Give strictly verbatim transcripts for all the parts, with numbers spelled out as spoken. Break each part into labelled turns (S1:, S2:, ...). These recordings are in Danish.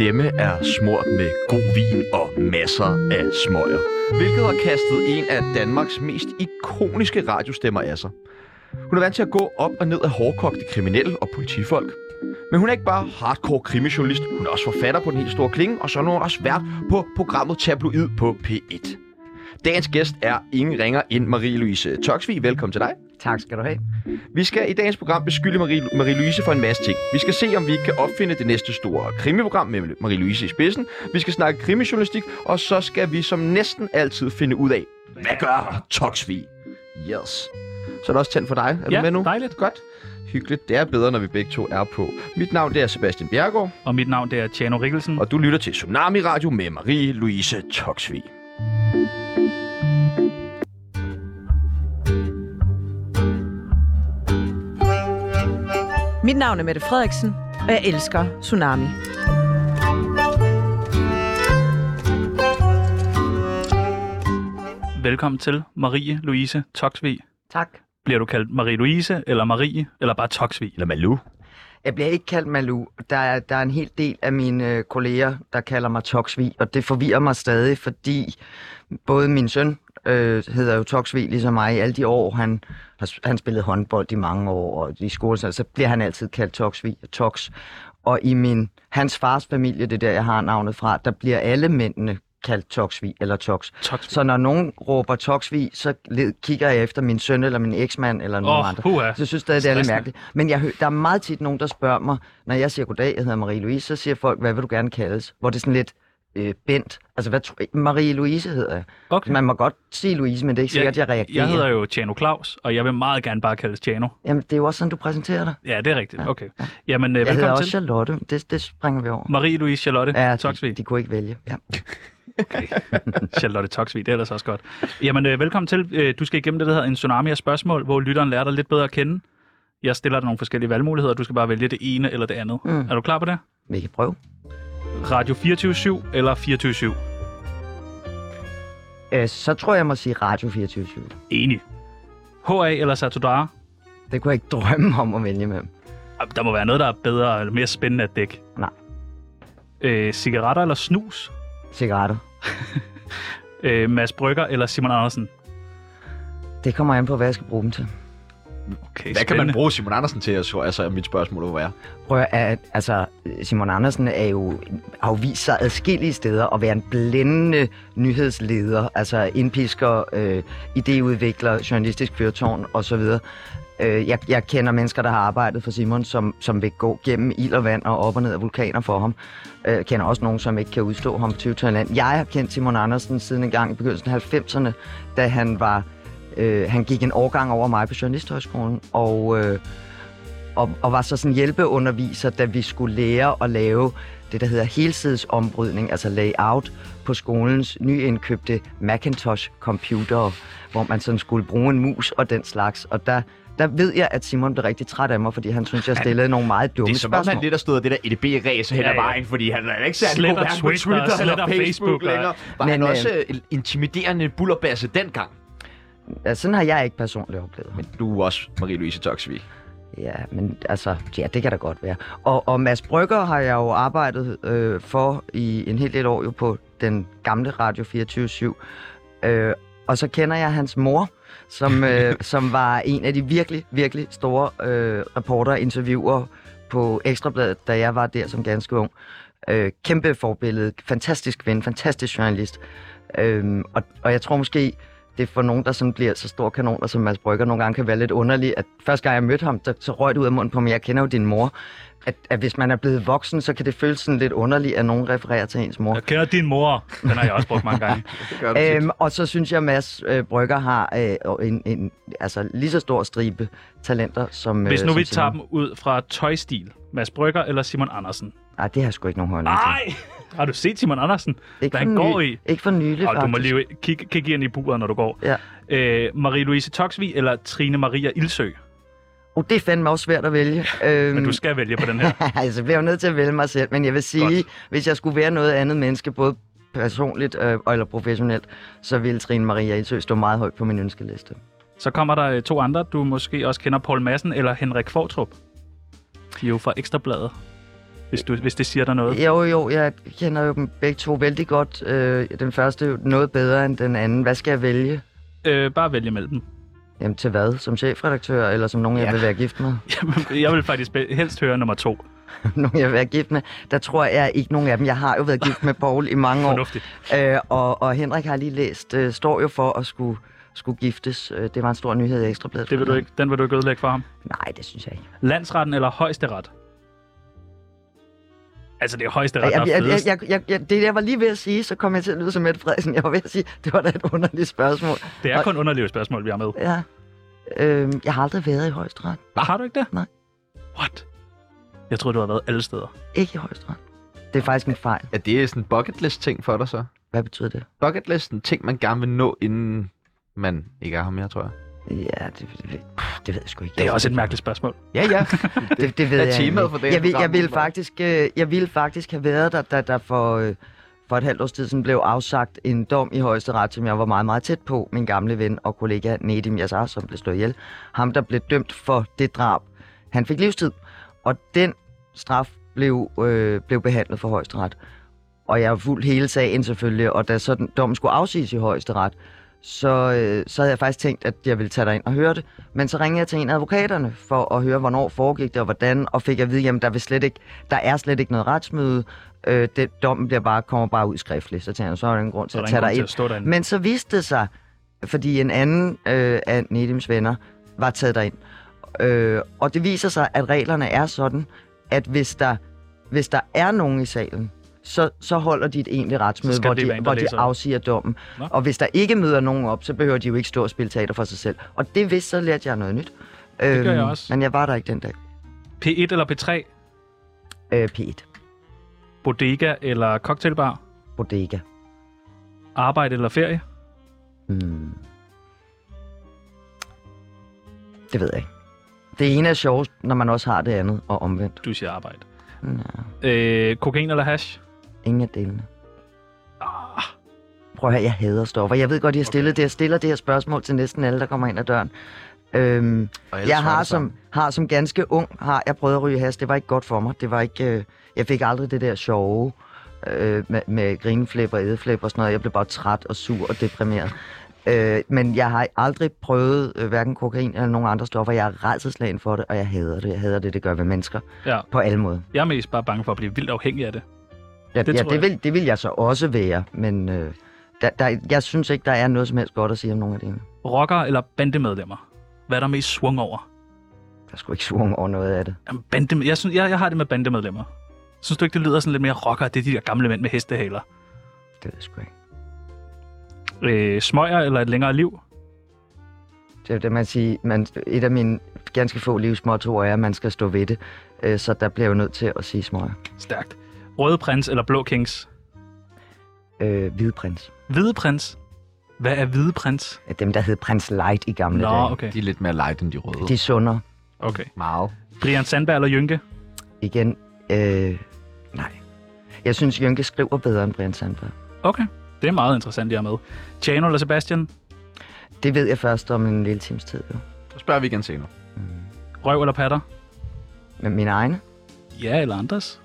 S1: stemme er smurt med god vin og masser af smøger, hvilket har kastet en af Danmarks mest ikoniske radiostemmer af sig. Hun er vant til at gå op og ned af hårdkogte kriminelle og politifolk. Men hun er ikke bare hardcore krimijournalist, hun er også forfatter på Den Helt Store Klinge, og så er hun også vært på programmet Tabloid på P et. Dagens gæst er ingen ringer end Marie-Louise Toksvig. Velkommen til dig.
S2: Tak skal du have.
S1: Vi skal i dagens program beskylde Marie- Marie-Louise for en masse ting. Vi skal se, om vi kan opfinde det næste store krimiprogram med Marie-Louise i spidsen. Vi skal snakke krimijournalistik, og så skal vi som næsten altid finde ud af, hvad gør Toksvig? Yes. Så er det også tændt for dig. Er
S3: ja,
S1: du med nu?
S3: Dejligt.
S1: Godt. Hyggeligt. Det er bedre, når vi begge to er på. Mit navn det er Sebastian Bjerregaard.
S3: Og mit navn det er Tjano Rikkelsen.
S1: Og du lytter til Tsunami Radio med Marie-Louise Toksvig.
S4: Mit navn er Mette Frederiksen, og jeg elsker Tsunami.
S3: Velkommen til Marie-Louise Toksvig.
S2: Tak.
S3: Bliver du kaldt Marie-Louise, eller Marie, eller bare Toksvig?
S1: Eller Malou?
S2: Jeg bliver ikke kaldt Malou. Der er, der er en hel del af mine øh, kolleger, der kalder mig Toksvig, og det forvirrer mig stadig, fordi både min søn øh, hedder jo Toksvig, ligesom mig i alle de år. Han har han spillet håndbold i mange år, og i skole, så bliver han altid kaldt Toksvig og Toks. Og i min, hans fars familie, det der jeg har navnet fra, der bliver alle mændene kaldt Toksvig eller Toks.
S3: Toksvig.
S2: Så når nogen råber Toksvig, så led, kigger jeg efter min søn eller min eksmand eller nogen
S3: oh,
S2: andre.
S3: Puha.
S2: Så jeg synes stadig, det er lidt mærkeligt. Men jeg hø- der er meget tit nogen, der spørger mig, når jeg siger goddag, jeg hedder Marie-Louise, så siger folk, hvad vil du gerne kaldes? Hvor det er sådan lidt øh, bent. Altså, hvad tro- Marie-Louise hedder jeg.
S3: Okay.
S2: Man må godt sige Louise, men det er ikke sikkert,
S3: jeg,
S2: jeg reagerer.
S3: Jeg hedder jo Tjano Claus, og jeg vil meget gerne bare kaldes Tjano.
S2: Jamen, det er jo også sådan, du præsenterer dig.
S3: Ja, det er rigtigt.
S2: Ja.
S3: Okay. Jamen, øh,
S2: Jeg hedder
S3: velkommen
S2: også
S3: til.
S2: Charlotte. Det, det springer vi over.
S3: Marie-Louise Charlotte
S2: Ja,
S3: Toksvig.
S2: de, de kunne ikke vælge. Ja.
S3: Okay. Charlotte Toksvig, det er ellers også godt. Jamen, øh, velkommen til. Øh, du skal igennem det, der hedder en tsunami af spørgsmål, hvor lytteren lærer dig lidt bedre at kende. Jeg stiller dig nogle forskellige valgmuligheder, og du skal bare vælge det ene eller det andet.
S2: Mm.
S3: Er du klar på det?
S2: Vi kan prøve.
S3: Radio fireogtyve syv eller fireogtyve syv?
S2: Øh, så tror jeg, jeg må sige Radio fireogtyve syv.
S3: Enig. H A eller Satudara?
S2: Det kunne jeg ikke drømme om at vælge med.
S3: Der må være noget, der er bedre eller mere spændende at dække.
S2: Nej.
S3: Øh, cigaretter eller snus?
S2: Cigaretter.
S3: øh, Mads Brygger eller Simon Andersen?
S2: Det kommer an på, hvad jeg skal bruge dem til.
S3: Okay,
S1: Hvad kan man bruge Simon Andersen til? Altså, mit spørgsmål vil være.
S2: Prøv at, altså, Simon Andersen er jo, har jo vist sig adskillige steder at være en blændende nyhedsleder, altså indpisker, øh, idéudvikler, journalistisk fyrtårn osv. Øh, jeg, jeg kender mennesker, der har arbejdet for Simon, som, som vil gå gennem ild og vand og op og ned af vulkaner for ham. Jeg øh, kender også nogen, som ikke kan udstå ham tyve land. Jeg har kendt Simon Andersen siden en gang i begyndelsen af halvfemserne, da han var øh, han gik en årgang over mig på Journalisthøjskolen, og, øh, og, og var så sådan hjælpeunderviser, da vi skulle lære at lave det, der hedder helsidesombrydning, altså layout på skolens nyindkøbte Macintosh-computere, hvor man sådan skulle bruge en mus og den slags. Og der, der ved jeg, at Simon blev rigtig træt af mig, fordi han synes, jeg stillede nogle meget dumme spørgsmål.
S1: Det er som om, han lidt har stået af det der E D B-ræs hen ad vejen, fordi han er ikke særlig god på Twitter eller Facebook, Facebook længere. Var men, han også øh, intimiderende bullerbasse dengang?
S2: Ja, sådan har jeg ikke personligt oplevet.
S1: Men du er også Marie-Louise Toksvig.
S2: Ja, men altså, ja, det kan da godt være. Og, og Mads Brygger har jeg jo arbejdet øh, for i en hel del år jo på den gamle Radio fireogtyve syv. Øh, og så kender jeg hans mor, som, øh, som var en af de virkelig, virkelig store øh, reporter og interviewer på Ekstrabladet, da jeg var der som ganske ung. Øh, kæmpe forbillede, fantastisk ven, fantastisk journalist. Øh, og, og jeg tror måske, det for nogen, der sådan bliver så store kanoner som Mads Brygger, nogle gange kan være lidt underligt, at første gang jeg mødte ham, så, så røg det ud af munden på mig, jeg kender jo din mor, at, at hvis man er blevet voksen, så kan det føles sådan lidt underligt, at nogen refererer til ens mor.
S3: Jeg kender din mor, den har jeg også brugt mange gange.
S2: øhm, og så synes jeg, at Mads øh, Brygger har øh, en, en altså, lige så stor stribe talenter som
S3: Hvis nu
S2: øh, som
S3: vi tager
S2: Simon.
S3: dem ud fra tøjstil, Mads Brygger eller Simon Andersen?
S2: Nej, det har jeg sgu ikke nogen holdning til.
S3: Nej! Har du set Simon Andersen?
S2: Ikke
S3: hvad han går i?
S2: Ikke for nylig,
S3: og
S2: faktisk.
S3: du må lige kigge, kigge ind i buret, når du går.
S2: Ja.
S3: Øh, Marie-Louise Toksvig eller Trine Maria Ildsø?
S2: Oh, det er fandme også svært at vælge. Øhm,
S3: men du skal vælge på den her.
S2: altså, jeg bliver jo nødt til at vælge mig selv, men jeg vil sige, godt. Hvis jeg skulle være noget andet menneske, både personligt øh, eller professionelt, så ville Trine Maria Ildsø stå meget højt på min ønskeliste.
S3: Så kommer der to andre, du måske også kender, Poul Madsen eller Henrik Qvortrup. De er jo fra Ekstrabladet. hvis, du, hvis det siger dig noget.
S2: Jo, jo, jeg kender jo dem begge to vældig godt. Øh, den første er jo noget bedre end den anden. Hvad skal jeg vælge?
S3: Øh, bare vælge mellem dem.
S2: Jamen til hvad? Som chefredaktør, eller som nogen, jeg
S1: Ja.
S2: vil være gift med?
S3: Jamen, jeg vil faktisk be- helst høre nummer to.
S2: nogen, jeg vil være gift med? Der tror jeg ikke nogen af dem. Jeg har jo været gift med Paul i mange år.
S3: Fornuftigt.
S2: Øh, og, og Henrik har lige læst, øh, står jo for at skulle, skulle giftes. Øh, det var en stor nyhed i Ekstrabladet.
S3: Det vil du ikke, den vil du ikke ødelægge for ham.
S2: Nej, det synes jeg ikke.
S3: Landsretten eller højesteret? Altså, det er højesteret,
S2: Jeg,
S3: der
S2: jeg,
S3: er
S2: jeg,
S3: fedest.
S2: jeg, jeg, jeg, det jeg var lige ved at sige, så kom jeg til at lyde som Mette Frederiksen. Jeg var ved at sige, det var da et underligt spørgsmål.
S3: Det er kun underlige spørgsmål, vi har med.
S2: Ja. Øh, jeg har aldrig været i Højesteret.
S3: Har du ikke det?
S2: Nej.
S3: What? Jeg troede, du har været alle steder.
S2: Ikke i Højesteret. Det er faktisk en fejl.
S1: Er det sådan en bucket list ting for dig så?
S2: Hvad betyder det?
S1: Bucket list en ting, man gerne vil nå, inden man ikke er her mere, tror jeg.
S2: Ja, det, det, det ved jeg sgu ikke.
S3: Det er også et mærkeligt spørgsmål.
S1: Ja, ja.
S2: Det, det ved
S1: er
S2: jeg
S1: temaet
S2: ikke.
S1: for dagens
S2: jeg, vil, jeg,
S1: program,
S2: ville
S1: åbenbart.
S2: faktisk, øh, jeg ville faktisk have været der, da der for, øh, for et halvt års tid siden blev afsagt en dom i Højesteret, som jeg var meget, meget tæt på. Min gamle ven og kollega Nedim Yassar, som blev slået ihjel. Ham, der blev dømt for det drab. Han fik livstid, og den straf blev, øh, blev behandlet for Højesteret. Og jeg har fulgt hele sagen selvfølgelig, og da så den dommen skulle afsiges i Højesteret, så, øh, så havde jeg faktisk tænkt, at jeg ville tage dig ind og høre det. Men så ringede jeg til en af advokaterne for at høre, hvornår foregik det og hvordan, og fik at vide, jamen der, vil slet ikke, der er slet ikke noget retsmøde. Øh, det, dommen bliver bare, kommer bare ud skriftligt. Så tænkte jeg, så er der ingen grund til
S3: Så er
S2: at
S3: der
S2: tage
S3: ingen
S2: dig
S3: grund til at stå
S2: ind.
S3: derinde.
S2: Men så viste det sig, fordi en anden øh, af Nedims venner var taget derind. Øh, og det viser sig, at reglerne er sådan, at hvis der, hvis der er nogen i salen, så, så holder de et egentligt retsmøde,
S3: skal
S2: hvor
S3: det være
S2: de,
S3: en, der
S2: hvor de
S3: læser det.
S2: afsiger dommen.
S3: Nå.
S2: Og hvis der ikke møder nogen op, så behøver de jo ikke stå og spille teater for sig selv. Og det vidste, så lærte jeg noget nyt.
S3: Det gør jeg også.
S2: Men jeg var der ikke den dag.
S3: P et eller P tre?
S2: Øh, P et.
S3: Bodega eller cocktailbar?
S2: Bodega.
S3: Arbejde eller ferie?
S2: Hmm. Det ved jeg ikke. Det ene er sjovest, når man også har det andet, og omvendt.
S3: Du siger arbejde.
S2: Ja,
S3: Øh, kokain eller hash?
S2: ingen af delene.
S3: Ah,
S2: Prøv at høre, jeg hader stoffer. Jeg ved godt, jeg stillet okay. det. Jeg stiller det her spørgsmål til næsten alle, der kommer ind ad døren. Øhm,
S1: Og ellers
S2: jeg
S1: var
S2: har
S1: det
S2: som,
S1: sammen.
S2: har som ganske ung, har jeg prøvet at ryge hash. Det var ikke godt for mig. Det var ikke, øh, jeg fik aldrig det der sjove øh, med, med grineflip og ædeflip og sådan noget. Jeg blev bare træt og sur og deprimeret. Øh, men jeg har aldrig prøvet øh, hverken kokain eller nogen andre stoffer. Jeg er rædselsslagen for det, og jeg hader det. Jeg hader det, det gør ved mennesker.
S3: ja.
S2: På alle måder.
S3: Jeg er mest bare bange for at blive vildt afhængig af det.
S2: Ja,
S3: Det
S2: det, ja,
S3: tror
S2: det,
S3: jeg.
S2: vil, det vil jeg så også være, men øh, der, der, jeg synes ikke, der er noget som helst godt at sige om nogle af dem.
S3: Rocker eller bandemedlemmer? Hvad er der mest svung over?
S2: Der skulle ikke svung over noget af det.
S3: Jamen, bande, jeg, synes, jeg, jeg har det med bandemedlemmer. Synes du ikke, det lyder sådan lidt mere rocker? Det er de der gamle mænd med hestehaler.
S2: Det ved jeg sgu ikke.
S3: Øh, smøger eller et længere liv?
S2: Det er det, man siger. Man, et af mine ganske få livsmottoer er, at man skal stå ved det. Øh, så der bliver jeg jo nødt til at sige smøger.
S3: Stærkt. Røde prins eller blå kings?
S2: Øh, Hvide prins.
S3: Hvide prins? Hvad er hvide prins?
S2: Dem, der hed prins Light i gamle
S3: Nå,
S2: dage.
S3: okay.
S1: De er lidt mere light end de røde.
S2: De er sundere.
S3: Okay.
S1: Meget.
S3: Brian Sandberg eller Jynke?
S2: Igen, øh, nej. Jeg synes, Jynke skriver bedre end Brian Sandberg.
S3: Okay. Det er meget interessant, jeg er med. Tjano eller Sebastian?
S2: Det ved jeg først om en lille times tid. Jo.
S1: Så spørger vi igen senere.
S2: Mm.
S3: Røv eller patter?
S2: Med mine egne.
S3: Ja, eller andres?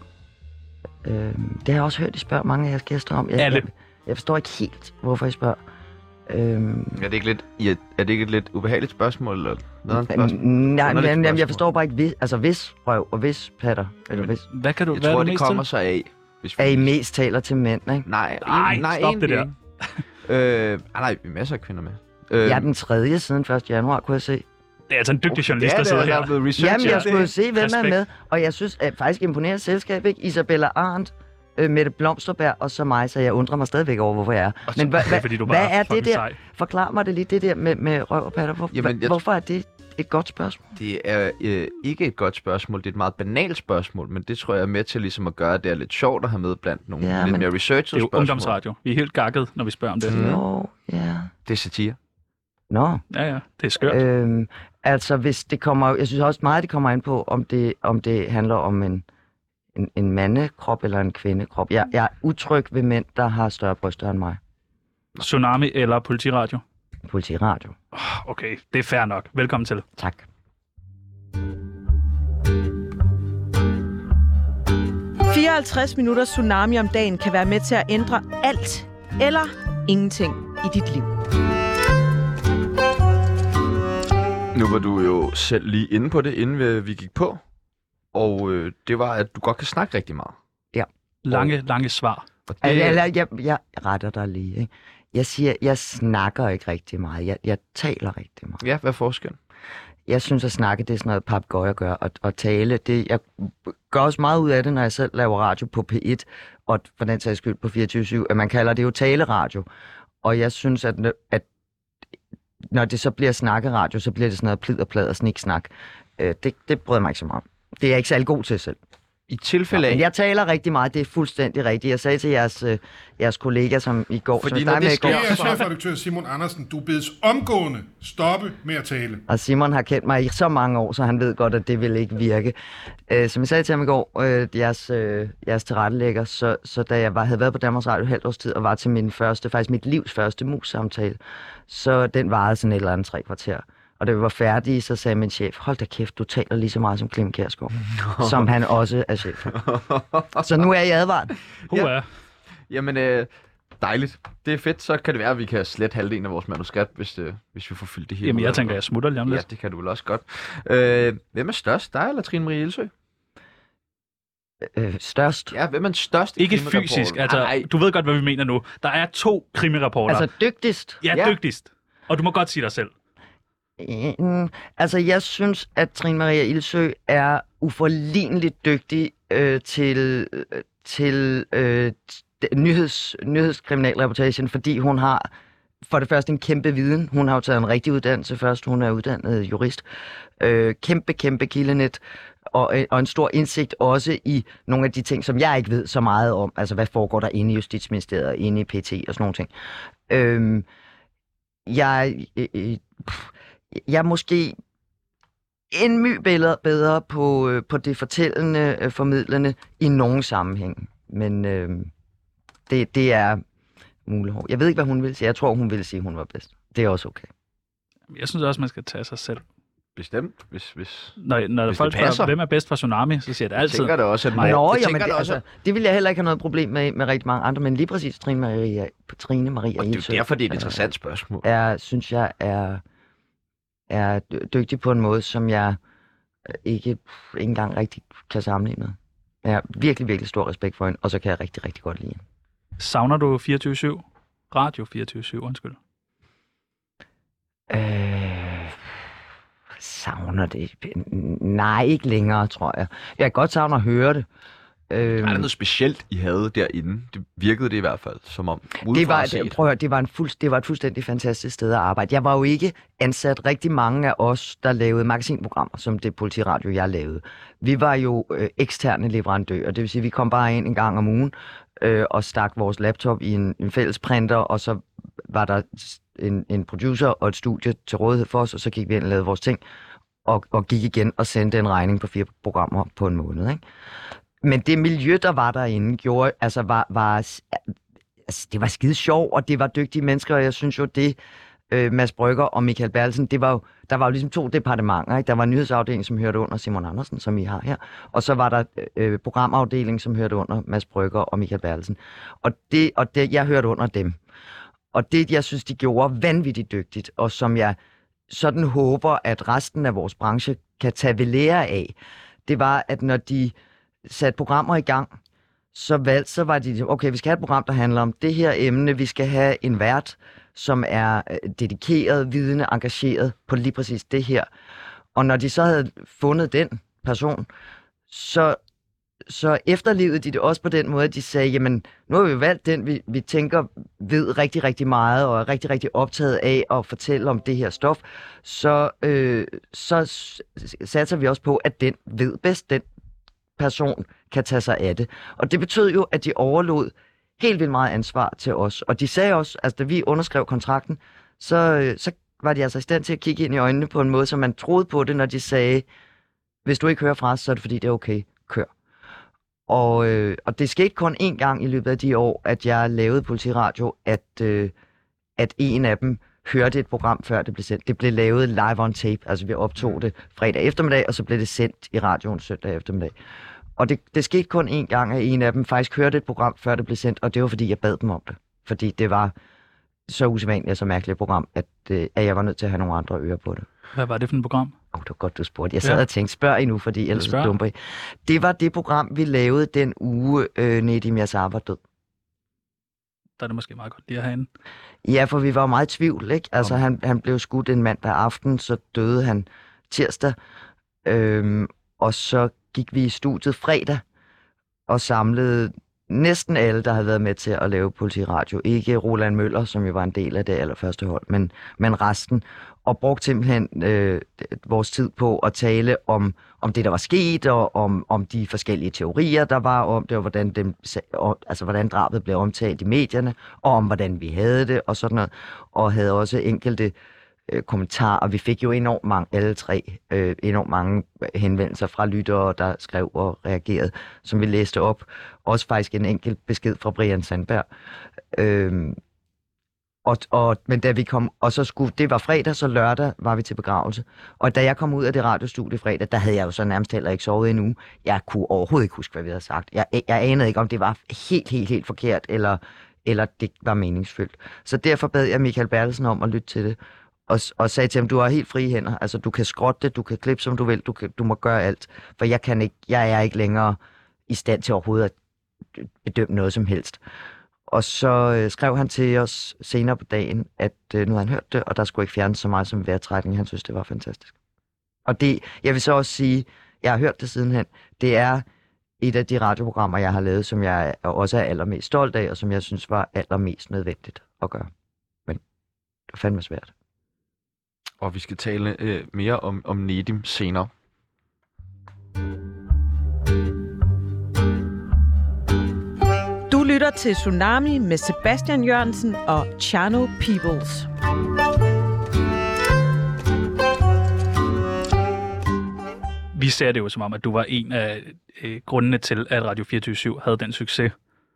S2: Øh, det har jeg også hørt, I spørger mange af jeres gæster om. Jeg,
S3: Alle.
S2: Jeg, jeg forstår ikke helt, hvorfor I spørger. Øhm,
S1: Er det ikke lidt, ja, er det ikke et lidt ubehageligt spørgsmål? Eller noget
S2: nej,
S1: spørgsmål?
S2: men,
S1: Underligt
S2: jamen, jeg
S1: spørgsmål.
S2: forstår bare ikke, hvis, altså hvis røv og hvis patter. Eller hvis,
S3: Hvad kan du...
S1: Jeg
S3: hvad er
S1: tror,
S3: du
S1: det
S3: mest
S1: kommer
S3: til?
S1: så af. Hvis
S2: at I mest taler til mænd, ikke?
S1: Nej,
S3: Nej,
S1: nej,
S3: stop
S1: egentlig
S3: det der.
S1: ikke. øh, ah, nej, vi er masser af kvinder med. Øh,
S2: Jeg er den tredje siden første januar, kunne jeg se.
S3: Det er altså en dygtig journalist,
S1: ja,
S3: der
S1: det
S3: sidder
S1: er, der
S3: her.
S1: er blevet research.
S2: Jamen, jeg
S1: det.
S2: skulle jo se, hvem er
S3: Respekt.
S2: med. Og jeg synes, at faktisk imponerende selskab, ikke? Isabella Arndt, øh, Mette Blomsterberg og så mig, så jeg undrer mig stadigvæk over, hvorfor jeg er.
S3: Og så-
S2: Men hvad,
S3: det er, fordi du
S2: hvad,
S3: bare
S2: hvad er
S3: fucking
S2: det der?
S3: sej.
S2: Forklar mig det lige, det der med, med røv og patter. Hvor,
S1: Jamen,
S2: Jamen,
S1: jeg-
S2: Hvorfor er det et godt spørgsmål?
S1: Det er øh, ikke et godt spørgsmål, det er et meget banalt spørgsmål, men det tror jeg er med til ligesom at gøre, at det er lidt sjovt at have med blandt nogle
S2: Ja,
S1: ja, lidt
S2: men-
S1: mere researched
S3: Det er jo
S1: spørgsmål.
S3: ungdomsradio. Vi er helt gakket, når vi spørger om det.
S1: Mm.
S2: Jo, ja.
S1: Det er satire.
S2: Nå.
S3: Ja, ja. Det er skørt.
S2: Øhm, altså, hvis det kommer... Jeg synes også meget, det kommer ind på, om det, om det handler om en, en, en mandekrop eller en kvindekrop. Jeg, jeg er utryg ved mænd, der har større bryster end mig.
S3: Tsunami eller politiradio?
S2: Politiradio.
S3: Okay, det er fair nok. Velkommen til.
S2: Tak.
S4: fireoghalvtreds minutter Tsunami om dagen kan være med til at ændre alt eller ingenting i dit liv.
S1: Nu var du jo selv lige inde på det, inden vi, vi gik på. Og øh, det var, at du godt kan snakke rigtig meget.
S2: Ja.
S3: Lange, lange svar.
S1: Og det,
S2: Eller, jeg, jeg retter dig lige. Ikke? Jeg siger, jeg snakker ikke rigtig meget. Jeg, jeg taler rigtig meget.
S1: Ja, hvad er forskellen?
S2: Jeg synes, at snakke, det er sådan noget papegøjer gør. Og, og tale, det, jeg gør også meget ud af det, når jeg selv laver radio på P et, og for den sags skyld på fireogtyve syv, at man kalder det jo taleradio. Og jeg synes, at, at når det så bliver snakkeradio, så bliver det sådan noget plid og plad og sniksnak. Det, det bryder mig ikke så meget om. Det er jeg ikke særlig god til selv.
S1: I tilfælde af...
S2: Men jeg taler rigtig meget, det er fuldstændig rigtigt. Jeg sagde til jeres, øh, jeres kollega som i går...
S1: Fordi
S2: som
S1: når det
S2: med i
S1: sker-
S2: går,
S5: Det er chefredaktør Simon Andersen. Du bedes omgående stoppe med at tale.
S2: og Simon har kendt mig i så mange år, så han ved godt, at det vil ikke virke. Øh, som jeg sagde til ham i går, øh, jeres, øh, jeres tilrettelægger, så, så da jeg var, havde været på Danmarks Radio et halvt års tid, og var til min første, faktisk mit livs første mus-samtale, så den varede sådan et eller andet tre kvarter. Og da vi var færdige, så sagde min chef, hold da kæft, du taler lige så meget som Clem Kjærsgaard, som han også er chef for. Så nu er jeg advaret.
S3: Hurra.
S1: Ja. Jamen, øh, dejligt. Det er fedt, så kan det være, at vi kan slette halvdelen af vores manuskript, hvis, øh, hvis vi får fyldt det hele.
S3: Jamen,
S1: ud
S3: jeg
S1: af
S3: tænker,
S1: det.
S3: jeg smutter lige om
S1: Ja,
S3: lidt.
S1: det kan du vel også godt. Øh, hvem er størst, dig eller Trine Marie Ilsøe?
S2: Øh, størst.
S1: Ja, hvem er den største
S3: Ikke
S1: krimireporter?
S3: fysisk, altså,
S1: Nej,
S3: du ved godt, hvad vi mener nu. Der er to krimireporter.
S2: Altså dygtigst.
S3: ja,
S1: ja.
S3: dygtigst. Og du må godt sige dig selv.
S2: Mm, altså, jeg synes, at Trine Maria Ilsøe er uforligneligt dygtig øh, til, øh, til øh, nyheds, nyhedskriminalreportagen, fordi hun har for det første en kæmpe viden. Hun har jo taget en rigtig uddannelse først. Hun er uddannet jurist. Øh, kæmpe, kæmpe kildenet. Og, og en stor indsigt også i nogle af de ting, som jeg ikke ved så meget om. Altså, hvad foregår der inde i Justitsministeriet, inde i P T og sådan nogle ting. Øh, jeg... Øh, øh, Jeg er måske en my bedre, bedre på, øh, på det fortællende, øh, formidlende i nogen sammenhæng. Men øh, det, det er muligt. Jeg ved ikke, hvad hun vil sige. Jeg tror, hun vil sige, at hun var bedst. Det er også okay.
S3: Jeg synes også, man skal tage sig selv.
S1: bestemt, hvis... hvis...
S3: Når, når
S1: Hvis
S3: folk
S1: det passer.
S3: spørger, hvem er bedst for Tsunami, så siger jeg det
S1: Jeg
S3: altid.
S1: tænker det også, at
S3: Nej.
S2: Nå,
S1: jeg
S2: jamen,
S1: tænker
S2: det,
S1: det også,
S2: altså, det vil jeg heller ikke have noget problem med med rigtig mange andre, men lige præcis Trine Maria, Trine Maria
S1: og det er
S2: Ilsøe
S1: jo derfor, det er et interessant spørgsmål.
S2: er, synes jeg, er, er dy- dygtig på en måde, som jeg øh, ikke, ikke engang rigtig kan sammenligne med. Jeg har virkelig, virkelig stor respekt for hende, og så kan jeg rigtig, rigtig godt lide hende.
S3: Savner du fireogtyve syv? Radio fireogtyve syv, undskyld.
S2: Øh, savner det? Nej, ikke længere, tror jeg. Jeg kan godt savne at høre det. Øh,
S1: Er der noget specielt, I havde derinde? Det virkede det i hvert fald, som om
S2: det
S1: udefra
S2: var,
S1: set.
S2: prøv at høre, det var, en fuld, det var et fuldstændig fantastisk sted at arbejde. Jeg var jo ikke ansat rigtig mange af os, der lavede magasinprogrammer, som det politiradio, jeg lavede. Vi var jo øh, eksterne leverandører, det vil sige, at vi kom bare ind en gang om ugen øh, og stak vores laptop i en, en fælles printer, og så var der en, en producer og et studie til rådighed for os, og så gik vi ind og lavede vores ting, og, og gik igen og sendte en regning på fire programmer på en måned, ikke? Men det miljø, der var derinde, gjorde, altså var, var, altså det var skide sjov, og det var dygtige mennesker, og jeg synes jo, det øh, Mads Brygger og Michael Bertelsen, det var jo, der var jo ligesom to departementer, ikke? Der var en nyhedsafdeling, som hørte under Simon Andersen, som I har her, og så var der øh, programafdeling, som hørte under Mads Brygger og Michael Bertelsen. Og det, og det, jeg hørte under dem. Og det, jeg synes, de gjorde vanvittigt dygtigt, og som jeg sådan håber, at resten af vores branche kan tage ved lære af, det var, at når de satte programmer i gang, så valgte, så var de, okay, vi skal have et program, der handler om det her emne, vi skal have en vært, som er dedikeret, vidende, engageret på lige præcis det her. Og når de så havde fundet den person, så, så efterlevede de det også på den måde, at de sagde, jamen, nu har vi valgt den, vi, vi tænker ved rigtig, rigtig meget, og er rigtig, rigtig optaget af at fortælle om det her stof, så, øh, så satser vi også på, at den ved bedst, den person kan tage sig af det. Og det betød jo, at de overlod helt vildt meget ansvar til os. Og de sagde også, altså da vi underskrev kontrakten, så, så var de altså i stand til at kigge ind i øjnene på en måde, som man troede på det, når de sagde, hvis du ikke hører fra os, så er det fordi, det er okay, kør. Og, øh, og det skete kun én gang i løbet af de år, at jeg lavede politiradio, at, øh, at en af dem hørte et program, før det blev sendt. Det blev lavet live on tape, altså vi optog det fredag eftermiddag, og så blev det sendt i radioen søndag eftermiddag. Og det, det skete kun én gang, at en af dem faktisk hørte et program, før det blev sendt, og det var, fordi jeg bad dem om det. Fordi det var så usædvanligt og så mærkeligt et program, at, øh, at jeg var nødt til at have nogle andre ører på det.
S3: Hvad var det for et program?
S2: Åh, oh, det var godt, du spurgte. Jeg sad
S3: Ja.
S2: og tænkte, spørg endnu, fordi ellers
S3: Spørg.
S2: så dumper I. Det var det program, vi lavede den uge, øh, Nedim Yassar var død.
S3: Der er det måske meget godt lige at have en.
S2: Ja, for vi var meget i tvivl, ikke? Altså, han, han blev skudt en mandag aften, så døde han tirsdag. Øhm, og så gik vi i studiet fredag og samlede næsten alle, der havde været med til at lave politiradio. Ikke Roland Møller, som jo var en del af det allerførste hold, men, men resten. Og brugte simpelthen øh, vores tid på at tale om, om det, der var sket, og om, om de forskellige teorier, der var om det, og hvordan, dem, altså, hvordan drabet blev omtalt i medierne, og om hvordan vi havde det, og sådan noget. Og havde også enkelte øh, kommentarer. Vi fik jo enormt mange, alle tre, øh, enormt mange henvendelser fra lyttere, der skrev og reagerede, som vi læste op. Også faktisk en enkelt besked fra Brian Sandberg. Øh, Og, og, men da vi kom, og så skulle, det var fredag, så lørdag var vi til begravelse. Og da jeg kom ud af det radiostudie fredag, der havde jeg jo så nærmest heller ikke sovet endnu. Jeg kunne overhovedet ikke huske, hvad vi havde sagt. Jeg, jeg anede ikke, om det var helt, helt, helt forkert, eller, eller det var meningsfyldt. Så derfor bad jeg Michael Bertelsen om at lytte til det, og, og sagde til ham, du har helt frie hænder. Altså, du kan skrotte det, du kan klippe, som du vil, du, kan, du må gøre alt. For jeg, kan ikke, jeg er ikke længere i stand til overhovedet at bedømme noget som helst. Og så øh, skrev han til os senere på dagen, at øh, nu havde han hørt det, og der skulle ikke fjernes så meget som vejrtrækning. Han synes, det var fantastisk. Og det, jeg vil så også sige, jeg har hørt det sidenhen, det er et af de radioprogrammer, jeg har lavet, som jeg også er allermest stolt af, og som jeg synes var allermest nødvendigt at gøre. Men det var fandme svært.
S1: Og vi skal tale øh, mere om, om Nedim senere.
S4: Du lytter til Tsunami med Sebastian Jørgensen og Chano Peoples.
S3: Vi ser det jo som om, at du var en af øh, grundene til, at Radio fireogtyve syv havde den succes,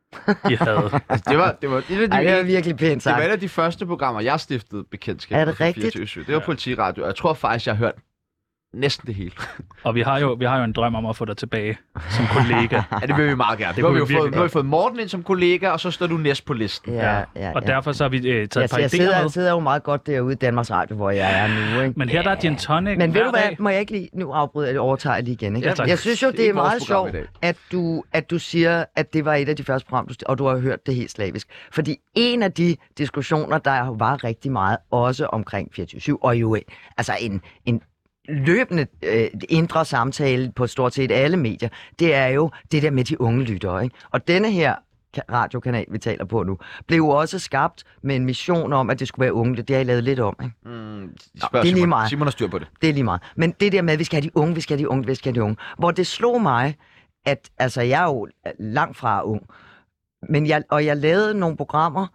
S3: de havde.
S1: Altså, det var, det var, det var, de,
S2: Ej, det var virkelig pænt
S1: det
S2: sagt.
S1: var et af de første programmer, jeg stiftede bekendtskab
S2: Er det
S1: med
S2: rigtigt?
S1: fireogtyve syv. Det var politiradio. Jeg tror faktisk, jeg har hørt næsten det hele.
S3: Og vi har, jo, vi har jo en drøm om at få dig tilbage som kollega.
S1: Ja, det vil vi meget gerne.
S3: Det
S1: Det nu, har vi
S3: kunne
S1: jo
S3: vi
S1: fået,
S3: virkelig
S1: nu har vi fået Morten ind som kollega, og så står du næst på listen.
S2: Ja, ja,
S3: Og
S2: ja.
S3: derfor så har vi øh, taget
S2: Jeg,
S3: et par
S2: jeg,
S3: idéer
S2: sidder,
S3: med.
S2: jeg sidder jo meget godt derude i Danmarks Radio, hvor jeg er nu, ikke?
S3: Men her der er gin tonic
S2: Men ved
S3: hver
S2: du hvad,
S3: dag.
S2: må jeg ikke lige nu afbryde, eller overtage lige igen, ikke?
S3: Ja, tak.
S2: Jeg synes jo,
S1: Det er
S2: det er
S1: ikke vores
S2: meget
S1: program i
S2: sjovt,
S1: dag.
S2: at du, at du siger, at det var et af de første programmer, du, og du har hørt det helt slavisk. Fordi en af de diskussioner, der var rigtig meget, også omkring fireogtyve syv, og jo altså en, en løbende øh, indre samtale på stort set alle medier, det er jo det der med de unge lyttere, ikke? Og denne her radiokanal, vi taler på nu, blev jo også skabt med en mission om, at det skulle være unge. Det har I lavet lidt om, ikke?
S1: Mm,
S2: Nå,
S1: spørg
S2: det er lige
S1: Simon.
S2: meget.
S1: Simon har styr på det.
S2: Det er lige meget. Men det der med, at vi skal have de unge, vi skal have de unge, vi skal have de unge. Hvor det slog mig, at altså, jeg er jo langt fra ung, men jeg, og jeg lavede nogle programmer,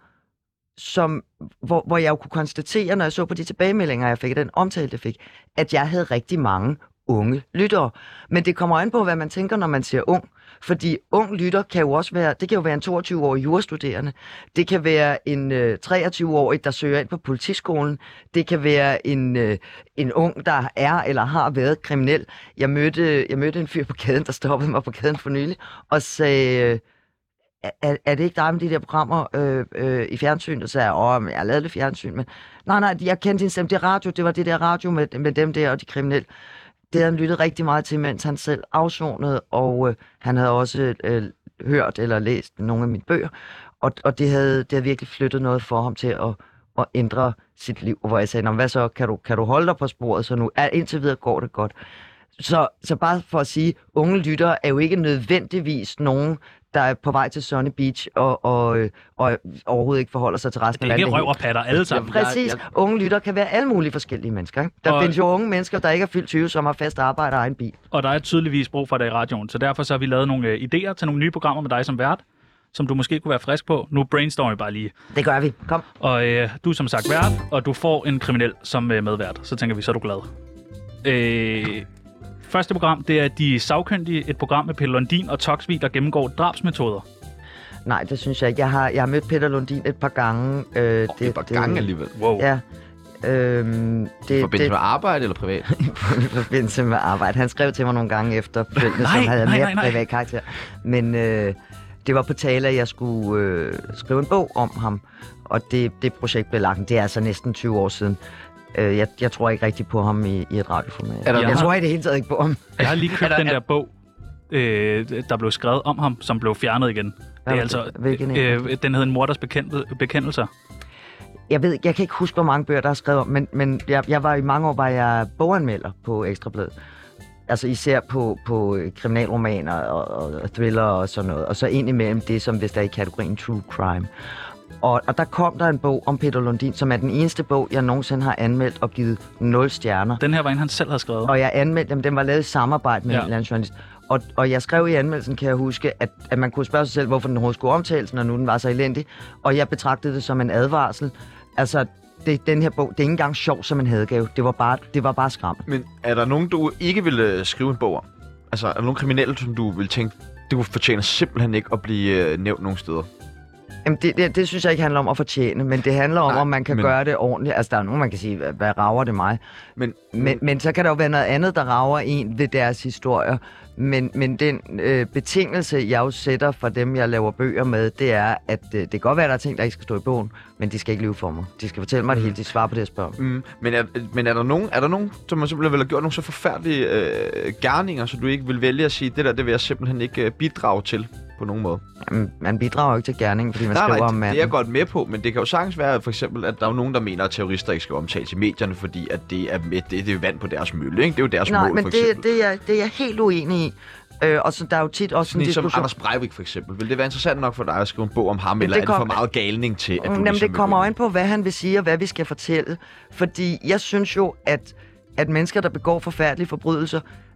S2: som, hvor, hvor jeg jo kunne konstatere, når jeg så på de tilbagemeldinger, jeg fik, den omtale, jeg fik, at jeg havde rigtig mange unge lyttere. Men det kommer an på, hvad man tænker, når man siger ung. Fordi ung lytter kan jo også være, det kan jo være en toogtyve-årig jurastuderende. Det kan være en øh, treogtyve-årig, der søger ind på politiskolen. Det kan være en, øh, en ung, der er eller har været kriminel. Jeg mødte, jeg mødte en fyr på gaden, der stoppede mig på gaden for nylig, og sagde, øh, er, er det ikke dig med de der programmer øh, øh, i fjernsynet? Så sagde jeg, åh, jeg har lavet lidt fjernsyn, men nej, nej, jeg kendte din stemme, det er radio, det var det der radio med, med dem der og de kriminelle. Det havde han lyttet rigtig meget til, mens han selv afsonede, og øh, han havde også øh, hørt eller læst nogle af mine bøger, og, og det, havde, det havde virkelig flyttet noget for ham til at, at ændre sit liv, hvor jeg sagde, hvad så, kan du, kan du holde dig på sporet, så nu er indtil videre går det godt. Så, så bare for at sige, unge lyttere er jo ikke nødvendigvis nogen, der er på vej til Sunny Beach og, og, og overhovedet ikke forholder sig til resten af
S3: Det er
S2: verden.
S3: ikke røv og patter alle sammen.
S1: Jeg-
S2: Præcis.
S1: jeg-
S2: Unge lytter kan være alle mulige forskellige mennesker. Ikke? Der
S3: Og-
S2: findes jo unge mennesker, der ikke er fyldt tyve, som har fast arbejde og egen bil.
S3: Og der er tydeligvis brug for dig i radioen. Så derfor så har vi lavet nogle øh, idéer til nogle nye programmer med dig som vært, som du måske kunne være frisk på. Nu brainstormer vi bare lige.
S2: Det gør vi. Kom.
S3: Og øh, du er som sagt vært, og du får en kriminel som øh, medvært. Så tænker vi, så er du glad. Øh, første program, det er De Sagkyndige. Et program med Peter Lundin og Toksvig, der gennemgår drabsmetoder.
S2: Nej, det synes jeg ikke. Jeg har, jeg har mødt Peter Lundin et par gange. Øh,
S1: Det er bare gange alligevel.
S3: Wow.
S2: Ja, Øhm, det,
S1: I forbindelse
S2: det,
S1: med arbejde eller privat?
S2: I forbindelse med arbejde. Han skrev til mig nogle gange efter, følgende,
S3: Nej,
S2: som havde
S3: nej,
S2: mere
S3: nej, nej.
S2: privat karakter. Men øh, det var på tale, at jeg skulle øh, skrive en bog om ham. Og det, det projekt blev lagt. Det er altså næsten tyve år siden. Øh, jeg, jeg tror ikke rigtig på ham i, i et radioformat.
S1: Er der-
S2: Jeg
S3: Jeg
S2: tror
S3: har-
S2: i det hele taget ikke på ham.
S3: Jeg har lige købt
S1: Er der-
S3: den
S1: er-
S3: der bog, øh, der blev skrevet om ham, som blev fjernet igen. Det
S2: Hvad
S3: er
S2: var
S3: altså,
S2: det? Hvilken en?
S3: øh, den hed En morders bekendte, bekendelser.
S2: Jeg ved, jeg kan ikke huske, hvor mange bøger, der er skrevet om, men, men jeg, jeg var i mange år var jeg boganmelder på Ekstra Bladet. Altså især på, på kriminalromaner og, og thriller og sådan noget. Og så indimellem det, som hvis der er i kategorien true crime. Og, og der kom der en bog om Peter Lundin, som er den eneste bog, jeg nogensinde har anmeldt og givet nul stjerner.
S3: Den her var en, han selv havde skrevet.
S2: Og jeg anmeldte dem, den var lavet i samarbejde med
S3: Ja.
S2: ja. en eller anden journalist. Og, og jeg skrev i anmeldelsen, kan jeg huske, at, at man kunne spørge sig selv, hvorfor den overhovedet skulle omtales, når nu den var så elendig. Og jeg betragtede det som en advarsel. Altså, det, den her bog, det er ikke engang sjov som en hadegave. Det var bare, det var bare skram.
S1: Men er der nogen, du ikke vil øh, skrive en bog om? Altså, er der nogen kriminelle, som du vil tænke, det kunne fortjene simpelthen ikke at blive øh, nævnt nogen steder?
S2: Jamen, det, det, det synes jeg ikke handler om at fortjene, men det handler om,
S1: Nej,
S2: om man kan
S1: men-
S2: gøre det ordentligt. Altså, der er nogen, man kan sige, hvad, hvad rager det mig?
S1: Men,
S2: Men, men så kan der jo være noget andet, der rager en ved deres historier. Men, men den øh, betingelse, jeg jo sætter for dem, jeg laver bøger med, det er, at øh, det kan godt være, at der er ting, der ikke skal stå i bogen, men de skal ikke lyve for mig. De skal fortælle mig det hele, de svarer på det, jeg spørger om.
S1: Mm, men, er, men er der nogen, er der nogen, som man simpelthen vil have gjort nogle så forfærdelige øh, gerninger, så du ikke vil vælge at sige, det der, det vil jeg simpelthen ikke øh, bidrage til på nogen måde?
S2: Jamen, man bidrager jo ikke til gerningen, fordi man
S1: Nej,
S2: skriver
S1: nej,
S2: om
S1: det,
S2: manden.
S1: det er jeg godt med på, men det kan jo sagtens være, for eksempel, at der er nogen, der mener, at terrorister ikke skal omtales i medierne, fordi at det er, med, det, det er vand på deres mølle, ikke? Det er jo deres
S2: Nej,
S1: mål,
S2: men
S1: for
S2: det,
S1: eksempel.
S2: det, er, det er jeg helt uenig i. Øh, og så der er jo tit også
S1: Sådan
S2: en
S1: en som
S2: diskussion.
S1: Anders Breivik, for eksempel. Vil det være interessant nok for dig at skrive en bog om ham,
S2: Men
S1: eller
S2: det
S1: er det for
S2: kom-
S1: meget galning til, at du
S2: Jamen,
S1: ligesom
S2: det kommer
S1: vil-
S2: jo an på, hvad han vil sige, og hvad vi skal fortælle. Fordi jeg synes jo, at, at mennesker, der begår forfærdelige forbrydelser,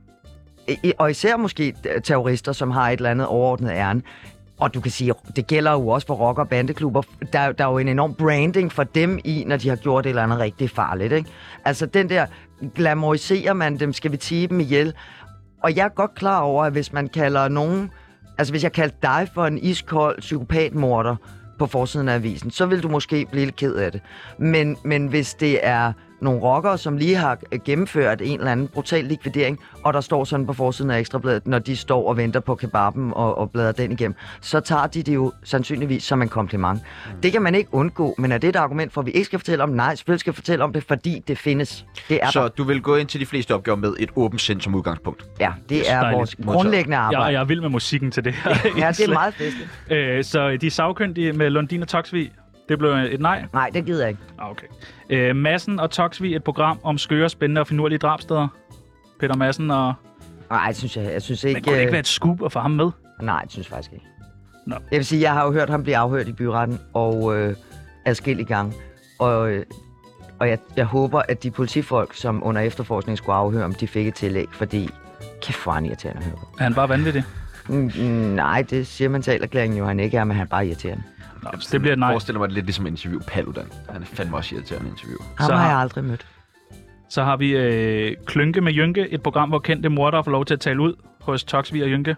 S2: i- og især måske terrorister, som har et eller andet overordnet ærne, og du kan sige, det gælder jo også for rock- og bandeklubber, der, der er jo en enorm branding for dem i, når de har gjort et eller andet rigtig farligt, ikke? Altså den der, glamoriserer man dem, skal vi tige dem ihjel? Og jeg er godt klar over, at hvis man kalder nogen... Altså, hvis jeg kaldte dig for en iskold psykopatmorder på forsiden af avisen, så vil du måske blive lidt ked af det. Men, men hvis det er nogle rockere, som lige har gennemført en eller anden brutal likvidering, og der står sådan på forsiden af Ekstrabladet, når de står og venter på kebaben og, og bladrer den igennem, så tager de det jo sandsynligvis som en kompliment. Mm. Det kan man ikke undgå, men er det et argument for, at vi ikke skal fortælle om det? Nej, selvfølgelig skal vi fortælle om det, fordi det findes. Det er
S1: Så
S2: der.
S1: du vil gå ind til de fleste opgaver med et åbent sind som udgangspunkt?
S2: Ja, det er
S3: Dejligt.
S2: vores grundlæggende
S3: Jeg,
S2: arbejde.
S3: jeg er vild med musikken til det her.
S2: Ja, det er meget festligt.
S3: Øh, så de er sagkyndige med Lundin og Toksvig. Det blev et nej.
S2: Nej, det gider jeg ikke.
S3: Ah, okay. Øh, Madsen og Toksvig, et program om skøre, spændende og finurlige drabsteder. Peter Madsen og...
S2: Nej, det synes jeg, jeg synes ikke...
S3: Men kunne det ikke
S2: øh,
S3: være et scoop at få ham med?
S2: Nej, det synes jeg faktisk ikke.
S3: Nå.
S2: Jeg vil sige, jeg har jo hørt ham blive afhørt i byretten og øh, adskillige gange. Og, øh, og jeg, jeg håber, at de politifolk, som under efterforskning skulle afhøre, om de fik et tillæg, fordi kæft for han irriterende at høre på.
S3: Er han bare vanvittig?
S2: Mm, mm, nej, det siger mensalerklæringen jo, han ikke er, men han er bare irriterende.
S3: Nå, så det bliver et nej.
S1: Jeg forestiller mig det lidt ligesom at interview Paludan. Han er fandme også irriterende interview.
S2: Ham
S3: Så
S2: har
S3: har-
S2: jeg aldrig mødt.
S3: Så har vi øh, Klynke med Jynke, et program, hvor kendte mordere får lov til at tale ud hos Toksvig og Jynke.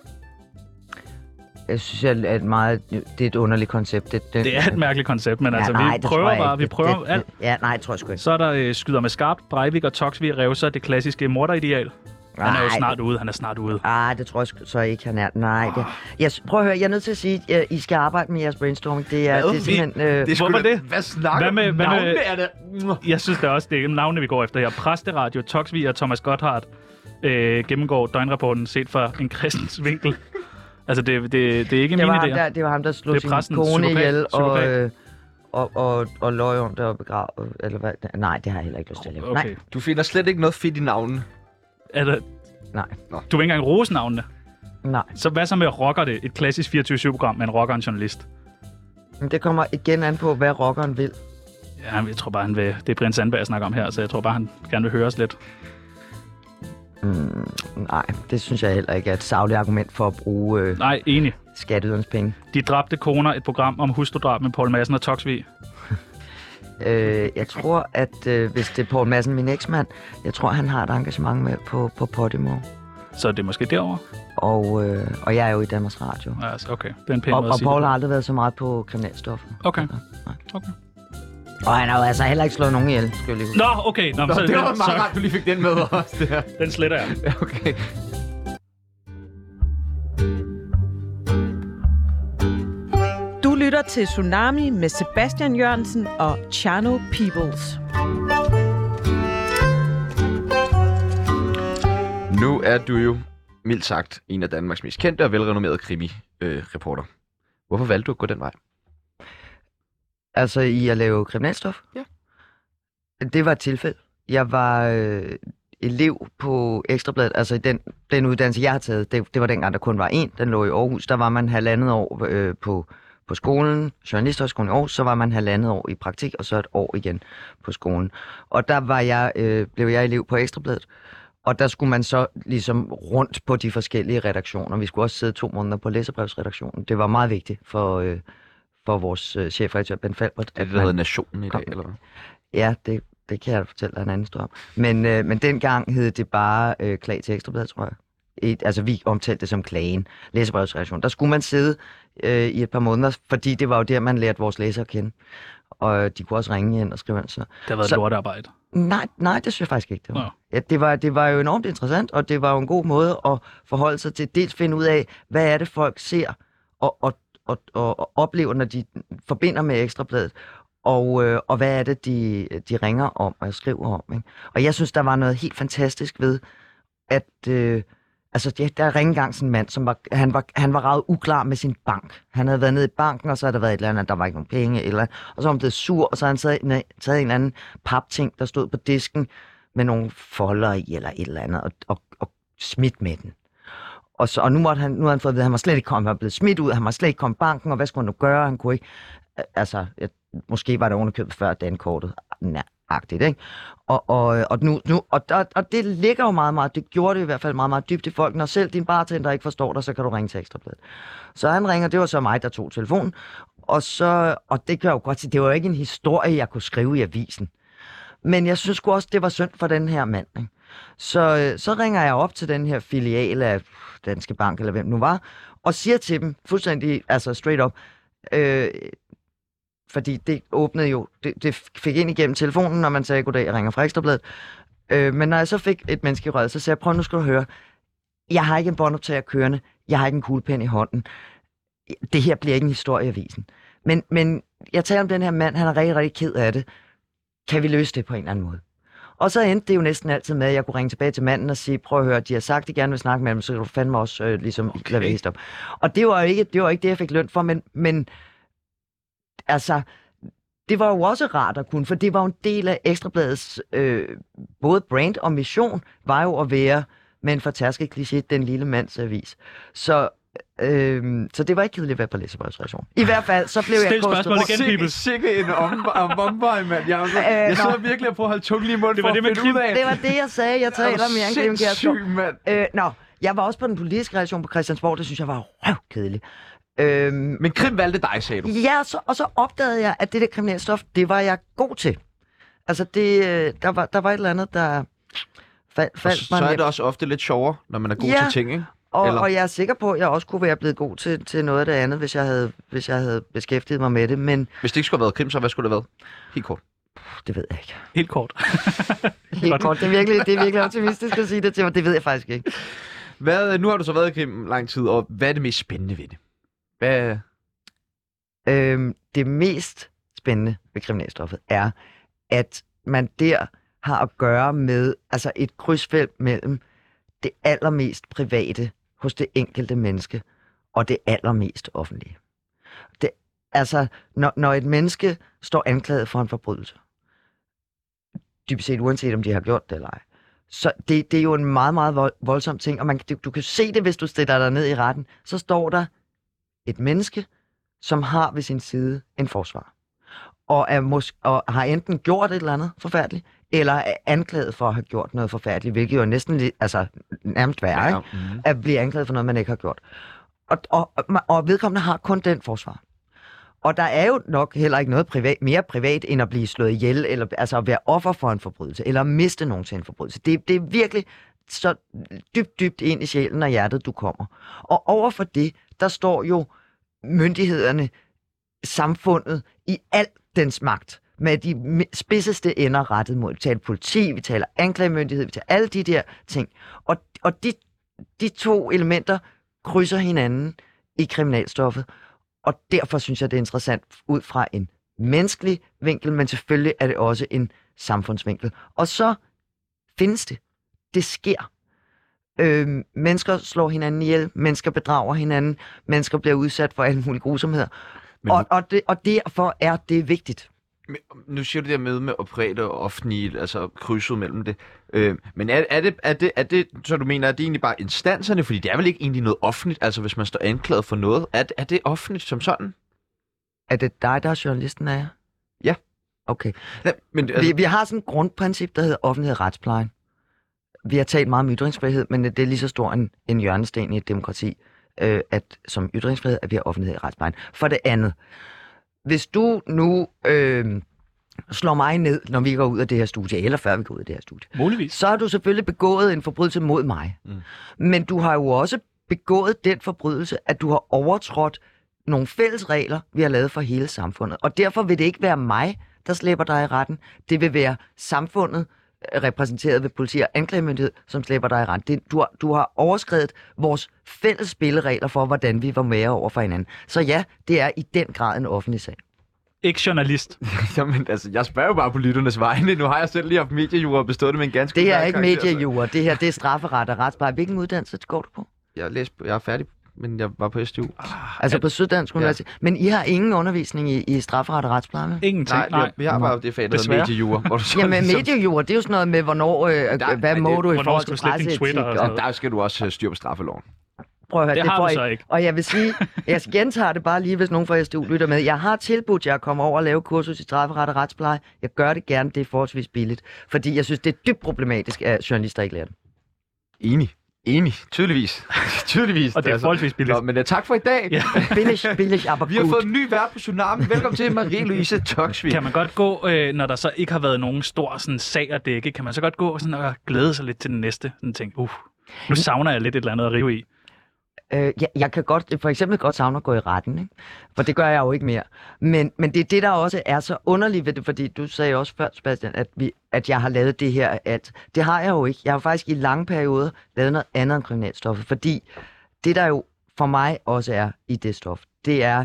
S2: Jeg synes, at at meget, det er et underligt koncept. Det,
S3: Det er et mærkeligt koncept, men
S2: ja,
S3: altså,
S2: nej,
S3: vi
S2: det tror
S3: prøver
S2: jeg
S3: bare,
S2: ikke.
S3: vi
S2: Det-
S3: prøver
S2: det,
S3: alt.
S2: Ja, nej, det tror jeg sgu ikke.
S3: Så er der øh, Skyder med skarpt, Breivik og Toksvig revser, det klassiske morderideal. Han er jo
S2: Nej,
S3: snart ude, han er snart ude.
S2: Ah, det tror jeg sgu- så ikke, han er. Nej, det... Jeg, prøv at høre, jeg er nødt til at sige, at I skal arbejde med jeres brainstorming. Det er,
S1: Hvad?
S2: det er simpelthen... Øh...
S1: Det er sgu
S3: Hvorfor
S1: da-
S3: det?
S1: Hvad snakker
S3: Hvad med- hvad med-
S1: Navnene er det?
S3: Jeg synes da også, det er navne, vi går efter her. Præsteradio, Toksvig og Thomas Gotthardt øh, gennemgår døgnrapporten set fra en kristens vinkel. Altså, det, det, det er ikke
S2: Det
S3: mine
S2: var, ham,
S3: idéer.
S2: der, det var ham, der slog
S3: Det er
S2: sin
S3: præsten,
S2: kone
S3: psykopat,
S2: ihjel og,
S3: psykopat.
S2: øh, og, og, og løg om det og begrav... Eller hvad? Nej, det har jeg heller ikke lyst til at lave.
S3: Okay.
S2: Nej,
S1: Du finder slet ikke noget fedt i navnene.
S3: Er der,
S2: nej,
S3: du vil ikke engang rose navnene.
S2: nej.
S3: Så hvad så med Rocker det? Et klassisk fireogtyve syv program med en rocker og en journalist.
S2: Men det kommer igen an på, hvad rockeren vil.
S3: Ja, jeg tror bare, han vil, det er Brian Sandberg, jeg snakker om her, så jeg tror bare, han gerne vil høre os lidt.
S2: Mm, nej, det synes jeg heller ikke er et sagligt argument for at bruge øh,
S3: Nej, enig.
S2: skatteyderens penge.
S3: De dræbte koner, et program om hustrudrab med Poul Madsen og Toksvig.
S2: Øh, jeg tror, at øh, hvis det er Poul Madsen, min eksmand, jeg tror, han har et engagement med på, på Podimo.
S3: Så det er måske derovre.
S2: Og, øh, og jeg er jo i Danmarks Radio.
S3: Altså, okay. Det er en pæn
S2: Og,
S3: måde at
S2: og
S3: sige
S2: Poul
S3: det
S2: har
S3: på.
S2: aldrig været så meget på kriminalstoffer.
S3: Okay.
S2: Nej.
S3: Okay.
S2: Og han har jo altså heller ikke slået nogen ihjel, skal jeg lige huske.
S3: Nå, okay. Nå,
S1: Nå,
S3: så,
S1: det var meget
S3: så,
S1: rart, du lige fik den med også. Det her.
S3: Den sletter jeg.
S1: Ja, okay.
S4: Du lytter til Tsunami med Sebastian Jørgensen og Chano Peoples.
S1: Nu er du jo, mildt sagt, en af Danmarks mest kendte og velrenommerede krimi-reporter. Hvorfor valgte du at gå den vej?
S2: Altså i at lave kriminalstof?
S1: Ja.
S2: Det var et tilfælde. Jeg var øh, elev på Ekstrabladet, altså i den, den uddannelse, jeg har taget. Det, det var dengang, der kun var én. Den lå i Aarhus. Der var man halvandet år øh, på, på skolen, Journalisthøjskolen i Aarhus. Så var man halvandet år i praktik, og så et år igen på skolen. Og der var jeg, øh, blev jeg elev på Ekstrabladet. Og der skulle man så ligesom rundt på de forskellige redaktioner. Vi skulle også sidde to måneder på læserbrevsredaktionen. Det var meget vigtigt for, øh, for vores øh, chefredaktør, Ben Falbert.
S1: Er det, der hedder Nationen i dag, eller hvad?
S2: Ja, det, det kan jeg fortælle dig en anden historie om. Men, øh, men dengang hed det bare øh, Klag til Ekstrabladet, tror jeg. Et, altså, vi omtalte det som klagen. Læserbrevsredaktionen. Der skulle man sidde øh, i et par måneder, fordi det var jo der, man lærte vores læsere at kende. Og de kunne også ringe ind og skrive ind. Så.
S3: Det har været
S2: så,
S3: et lortearbejde.
S2: Nej, nej, det synes jeg faktisk ikke, det var.
S3: Ja.
S2: Ja, det var. Det var jo enormt interessant, og det var jo en god måde at forholde sig til. Dels finde ud af, hvad er det, folk ser og, og, og, og, og oplever, når de forbinder med Ekstrabladet. Og, øh, og hvad er det, de, de ringer om og skriver om. Ikke? Og jeg synes, der var noget helt fantastisk ved, at... Øh, Altså, ja, der ringede engang sådan en mand, som var, han var, han var ret uklar med sin bank. Han havde været nede i banken, og så havde der været et eller andet, der var ikke nogen penge, eller, og så var han blevet sur, og så havde han taget, en, taget en eller anden papting, der stod på disken med nogle folder i, eller et eller andet, og, og, og smidt med den. Og, så, og nu, måtte han, nu havde han fået at vide, at han var slet ikke kommet, han var blevet smidt ud, han var slet ikke kommet i banken, og hvad skulle han nu gøre? Han kunne ikke, altså, jeg, måske var det underkøbet før dankortet. Nej. Agtigt, ikke? Og, og, og, nu, nu, og, og, og det ligger jo meget, meget, det gjorde det i hvert fald meget, meget dybt i folk. Når selv din bartender ikke forstår dig, så kan du ringe til Ekstrabladet. Så han ringer, det var så mig, der tog telefonen. Og, så, og det kan jeg jo godt sige, det var jo ikke en historie, jeg kunne skrive i avisen. Men jeg synes også, det var synd for den her mand. Ikke? Så, så ringer jeg op til den her filial af Danske Bank, eller hvem nu var, og siger til dem, fuldstændig, altså straight up, øh, fordi det åbnede jo, det, det fik ind igennem telefonen, når man sagde, goddag, jeg ringer fra Ekstrabladet. Øh, men når jeg så fik et menneske i røret, så sagde jeg, prøv nu skal du høre, jeg har ikke en båndoptager kørende, jeg har ikke en kuglepen i hånden. Det her bliver ikke en historie i avisen. Men, men jeg taler om den her mand, han er rigtig, rigtig ked af det. Kan vi løse det på en eller anden måde? Og så endte det jo næsten altid med, at jeg kunne ringe tilbage til manden og sige, prøv at høre, de har sagt, de gerne vil snakke med dem, så kan du fandme også øh, ligesom okay. lade væst op. Og det var jo ikke det, var ikke det, jeg fik løn for, men, men altså, det var jo også rart at kunne, for det var jo en del af Ekstrabladets øh, både brand og mission, var jo at være med en fortærsket kliché, den lille mands avis. Så, øh, så det var ikke kedeligt at være på læserbrevsredaktion. I hvert fald, så blev
S3: Stil
S2: jeg kostet.
S3: spørgsmål igen, Pibels.
S1: Sikke en omvej, mand. Jeg, jeg, jeg sidder virkelig på at holde tungen lige i munden
S3: Det var
S1: for
S3: det med
S1: at finde ud af.
S2: Det var det, jeg sagde. Jeg taler mere end Kim Kjærsgaard.
S1: Sindssyg, mand.
S2: Øh, nå, jeg var også på den politiske redaktion på Christiansborg, det synes jeg var røvkedeligt. Øhm,
S1: Men Krim valgte dig, sagde du.
S2: Ja, så, og så opdagede jeg, at det der kriminalstof, det var jeg god til. Altså, det, der, var, der var et eller andet, der fald, faldt
S1: så,
S2: mig
S1: så er
S2: nemt.
S1: det også ofte lidt sjovere, når man er god
S2: Ja,
S1: til ting, ikke?
S2: Og,
S1: Eller?
S2: og jeg er sikker på, at jeg også kunne være blevet god til, til noget af det andet, hvis jeg, havde, hvis jeg havde beskæftiget mig med det, men
S1: Hvis det ikke skulle have været Krim, så hvad skulle det have været? Helt kort.
S2: det ved jeg ikke.
S3: Helt kort.
S2: Helt kort. Det er virkelig, det er virkelig optimistisk at sige det til mig. Det ved jeg faktisk ikke.
S1: Hvad, nu har du så været i Krim lang tid, og hvad er det mest spændende ved det? Hvad...
S2: Øhm, det mest spændende ved kriminalstoffet er, at man der har at gøre med altså et krydsfelt mellem det allermest private hos det enkelte menneske og det allermest offentlige. Det, altså, når, når et menneske står anklaget for en forbrydelse, dybest set uanset om de har gjort det eller ej, så det, det er jo en meget, meget vold, voldsom ting, og man, du, du kan se det, hvis du stiller dig ned i retten, så står der et menneske, som har ved sin side en forsvar, og, er mås- og har enten gjort et eller andet forfærdeligt, eller er anklaget for at have gjort noget forfærdeligt, hvilket jo er næsten lidt, altså, nærmest værre,
S1: Ja,
S2: ikke?
S1: mm.
S2: At blive anklaget for noget, man ikke har gjort. Og, og, og, og vedkommende har kun den forsvar. Og der er jo nok heller ikke noget privat, mere privat, end at blive slået ihjel, eller altså at være offer for en forbrydelse, eller at miste nogen til en forbrydelse. Det, det er virkelig så dybt, dybt ind i sjælen og hjertet, du kommer. Og overfor det, der står jo myndighederne, samfundet, i al dens magt med de spidseste ender rettet mod. Vi taler politi, vi taler anklagemyndighed, vi taler alle de der ting. Og, og de, de to elementer krydser hinanden i kriminalstoffet. Og derfor synes jeg, det er interessant ud fra en menneskelig vinkel, men selvfølgelig er det også en samfundsvinkel. Og så findes det. Det sker. Øh, mennesker slår hinanden ihjel, mennesker bedrager hinanden, mennesker bliver udsat for alle mulige grusomheder. Men... Og, og, det, og derfor er det vigtigt.
S1: Men, nu siger du det med med oprette og offentlige, altså krydset mellem det. Øh, men er, er, det, er, det, er det, så du mener, at det egentlig bare instanserne? Fordi det er vel ikke egentlig noget offentligt, altså hvis man står anklaget for noget. Er, er det offentligt som sådan?
S2: Er det dig, der er journalisten, er jeg?
S1: Ja.
S2: Okay.
S1: Ja, men, altså...
S2: vi, vi har sådan et grundprincip, der hedder offentlighed og retsplejen. Vi har talt meget om ytringsfrihed, men det er lige så stor en, en hjørnesten i et demokrati, øh, at som ytringsfrihed, at vi har offentlighed i retsplejen. For det andet, hvis du nu øh, slår mig ned, når vi går ud af det her studie, eller før vi går ud af det her studie,
S3: Muligvis.
S2: så har du selvfølgelig begået en forbrydelse mod mig. Mm. Men du har jo også begået den forbrydelse, at du har overtrådt nogle fælles regler, vi har lavet for hele samfundet. Og derfor vil det ikke være mig, der slæber dig i retten. Det vil være samfundet, repræsenteret ved politi og anklagemyndighed, som slæber dig i retten. Det, du, har, du har overskredet vores fælles spilleregler for, hvordan vi var med over for hinanden. Så ja, det er i den grad en offentlig sag.
S3: Ikke journalist.
S1: Jamen, altså, jeg spørger jo bare på lytternes vegne. Nu har jeg selv lige haft mediejura og bestået det med en ganske...
S2: Det er ikke mediejura. Det her, det er strafferet og retspleje. Hvilken uddannelse går du på?
S1: Jeg, læste, jeg er færdig, men jeg var på S T U.
S2: Ah, altså på Syddansk Universitet. Ja. Men I har ingen undervisning i, i strafferet og retspleje?
S3: Ingenting, nej.
S1: nej. Vi har bare det fag, der hedder mediejura.
S2: Jamen mediejura, det er jo sådan noget med, hvornår, øh, der, hvad må det, du i forhold til presseetik?
S1: Og, og der skal du også styre på straffeloven.
S2: Prøv at høre,
S3: det,
S2: det
S3: har
S2: får
S3: du så ikke.
S2: Og jeg vil sige, jeg gentager det bare lige, hvis nogen fra S T U lytter med. Jeg har tilbudt jer at komme over og lave kursus i strafferet og retspleje. Jeg gør det gerne, det er forholdsvis billigt. Fordi jeg synes, det er dybt problematisk, at journalister ikke lærer det.
S1: Enig. Enig. Tydeligvis. Tydeligvis.
S3: Og det er altså forholdsvis billigt.
S1: Nå, men uh, tak for i dag.
S3: Ja.
S2: billig, billig, aber
S1: Vi har fået en ny vært på Tsunami. Velkommen til Marie-Louise Toksvig.
S3: Kan man godt gå, øh, når der så ikke har været nogen stor sådan, sag at dække, kan man så godt gå sådan, og glæde sig lidt til den næste? Sådan ting. Uh, nu savner jeg lidt et eller andet at rive i.
S2: Øh, jeg, jeg kan godt, for eksempel godt savne at gå i retten, ikke? For det gør jeg jo ikke mere. Men, men det er det, der også er så underligt ved det, fordi du sagde også før, Sebastian, at, vi, at jeg har lavet det her alt. Det har jeg jo ikke. Jeg har faktisk i lange perioder lavet noget andet end kriminalstoffer, fordi det, der jo for mig også er i det stof, det er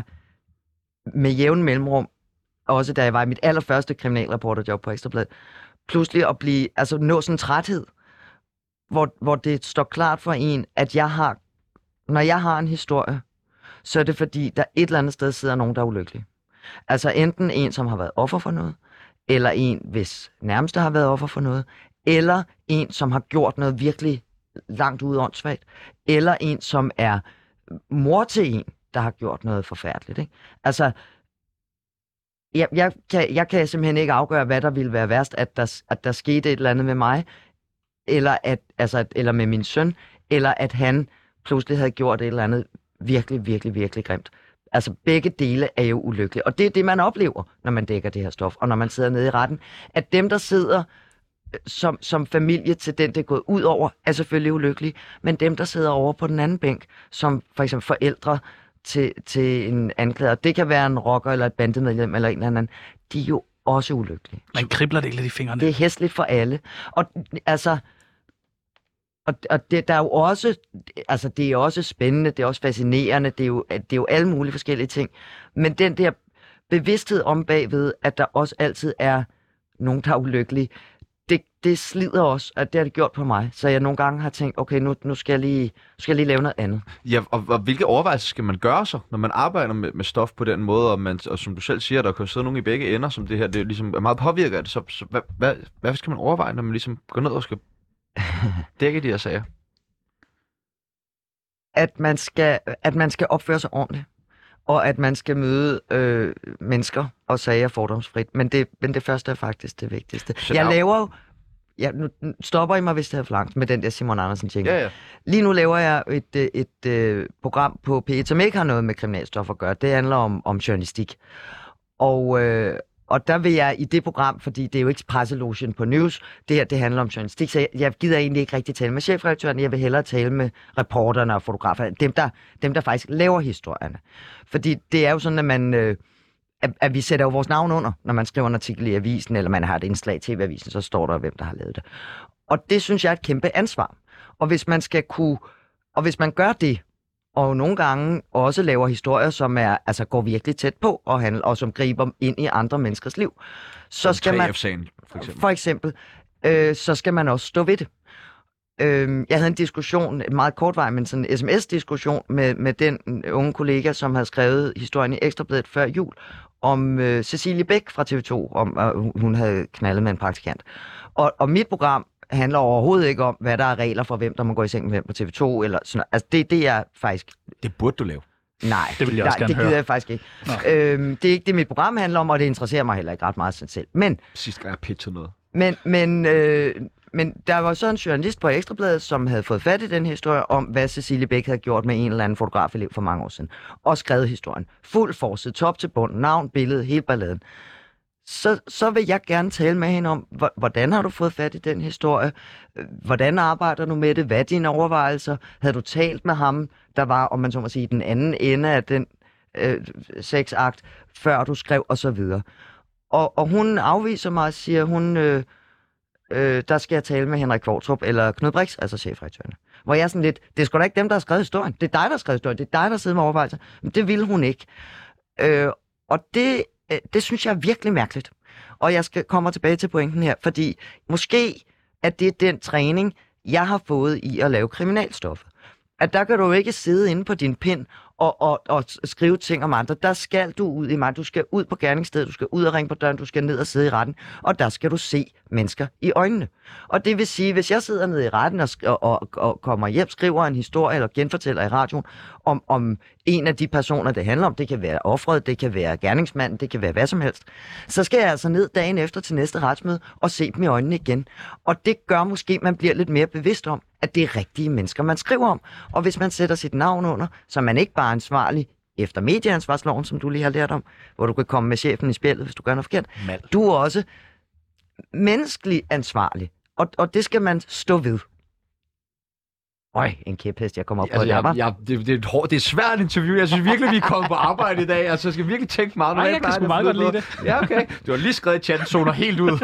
S2: med jævn mellemrum, også da jeg var i mit allerførste kriminalreporterjob på Ekstra Bladet, pludselig at blive, altså nå sådan en træthed, hvor, hvor det står klart for en, at jeg har Når jeg har en historie, så er det fordi, der et eller andet sted sidder nogen, der er ulykkelig. Altså enten en, som har været offer for noget, eller en, hvis nærmeste har været offer for noget, eller en, som har gjort noget virkelig langt ude åndssvagt, eller en, som er mor til en, der har gjort noget forfærdeligt. Ikke? Altså, jeg, jeg, kan, jeg kan simpelthen ikke afgøre, hvad der ville være værst, at der, at der skete et eller andet med mig, eller, at, altså, eller med min søn, eller at han pludselig havde gjort et eller andet virkelig, virkelig, virkelig grimt. Altså begge dele er jo ulykkelige. Og det er det, man oplever, når man dækker det her stof, og når man sidder nede i retten. At dem, der sidder som, som familie til den, det er gået ud over, er selvfølgelig ulykkelige. Men dem, der sidder over på den anden bænk, som for eksempel forældre til, til en anklager, det kan være en rocker eller et bandemedlem eller en eller anden, de er jo også ulykkelige.
S3: Man kribler det ikke lidt i fingrene.
S2: Det er hæsligt for alle. Og altså... Og, og det, der er jo også, altså det er også spændende, det er også fascinerende, det er, jo, det er jo alle mulige forskellige ting. Men den der bevidsthed om bagved, at der også altid er nogen, der er ulykkelige, det, det slider også, og det har det gjort på mig. Så jeg nogle gange har tænkt, okay, nu, nu skal, jeg lige, skal jeg lige lave noget andet.
S1: Ja, og, og hvilke overvejelser skal man gøre sig, når man arbejder med, med stof på den måde, og, man, og som du selv siger, der kan sidde nogen i begge ender, som det her, det ligesom er meget påvirket af det. Så, så hvad, hvad, hvad skal man overveje, når man ligesom går ned og skal dække de her sager?
S2: At man skal, at man skal opføre sig ordentligt, og at man skal møde øh, mennesker og sager fordomsfrit. Men det, men det første er faktisk det vigtigste. Så jeg laver jo... Ja, nu stopper I mig, hvis det er for langt med den der Simon Andersen jingle.
S1: Ja, ja.
S2: Lige nu laver jeg et, et, et, et program på P et, som ikke har noget med kriminalstof at gøre. Det handler om, om journalistik. Og... Øh, Og der vil jeg i det program, fordi det er jo ikke presselogen på News, det her det handler om journalistik, så jeg, jeg gider egentlig ikke rigtig tale med chefredaktøren, jeg vil hellere tale med reporterne og fotograferne, dem der, dem der faktisk laver historierne. Fordi det er jo sådan, at man, øh, at, at vi sætter jo vores navn under, når man skriver en artikel i avisen, eller man har et indslag i T V-avisen, så står der, hvem der har lavet det. Og det synes jeg er et kæmpe ansvar. Og hvis man skal kunne, og hvis man gør det, og nogle gange også laver historier, som er, altså går virkelig tæt på, og, handler, og som griber ind i andre menneskers liv, så skal man,
S1: tre F-sagen, for eksempel,
S2: for eksempel øh, så skal man også stå ved det. Øh, jeg havde en diskussion, en meget kortvej, men sådan en sms-diskussion med, med den unge kollega, som havde skrevet historien i Ekstrabladet før jul, om øh, Cecilie Bæk fra T V to, om øh, hun havde knaldet med en praktikant. Og, og mit program handler overhovedet ikke om, hvad der er regler for, hvem der må gå i seng med hvem på T V to, eller sådan. Altså, det, det er faktisk...
S1: Det burde du lave.
S2: Nej,
S3: det vil jeg også
S2: nej,
S3: gerne
S2: det gider
S3: høre.
S2: jeg faktisk ikke. Øhm, det er ikke det, mit program handler om, og det interesserer mig heller ikke ret meget sådan selv. Men,
S1: Sidste gang jeg pitchede noget.
S2: men, men, øh, men der var så en journalist på Ekstrabladet, som havde fået fat i den historie om, hvad Cecilie Bæk havde gjort med en eller anden fotografelev for mange år siden. Og skrevet historien. Fuld forside, top til bund, navn, billede, hele balladen. Så, så vil jeg gerne tale med hende om, hvordan har du fået fat i den historie? Hvordan arbejder du med det? Hvad er dine overvejelser? Havde du talt med ham, der var, om man så må sige, den anden ende af den øh, sexakt, før du skrev, og så videre. Og, og hun afviser mig og siger, hun, øh, øh, der skal jeg tale med Henrik Kvartrup, eller Knud Brix, altså chefredaktøren. Hvor jeg er sådan lidt, det er sgu da ikke dem, der har skrevet historien. Det er dig, der har skrevet historien. Det er dig, der sidder med overvejelser. Men det ville hun ikke. Øh, og det... Det synes jeg er virkelig mærkeligt. Og jeg skal komme tilbage til pointen her, fordi måske er det den træning, jeg har fået i at lave kriminalstoffer. At der kan du ikke sidde inde på din pind og, og, og skrive ting om andre. Der skal du ud i mig. Du skal ud på gerningsstedet, du skal ud og ringe på døren, du skal ned og sidde i retten, og der skal du se mennesker i øjnene. Og det vil sige, hvis jeg sidder nede i retten og, og, og, og kommer hjem, skriver en historie eller genfortæller i radioen om, om en af de personer, det handler om, det kan være offeret, det kan være gerningsmanden, det kan være hvad som helst, så skal jeg altså ned dagen efter til næste retsmøde og se dem i øjnene igen. Og det gør måske, at man bliver lidt mere bevidst om, at det er rigtige mennesker, man skriver om. Og hvis man sætter sit navn under, så er man ikke bare ansvarlig efter medieansvarsloven, som du lige har lært om, hvor du kan komme med chefen i spjældet, hvis du gør noget forkert.
S1: Mal.
S2: Du er også menneskelig ansvarlig, og, og det skal man stå ved. Øj, en kæphest, jeg kommer op på
S1: Altså,
S2: det her,
S1: jeg, jeg, det, det, er et hårdt, det er et svært interview. Jeg synes virkelig, vi er kommet på arbejde i dag. Altså, jeg skal virkelig tænke meget.
S3: Nej, jeg kan sgu meget godt lide det.
S1: Ja, okay. Du har lige skrevet i chatten, zoner helt ud.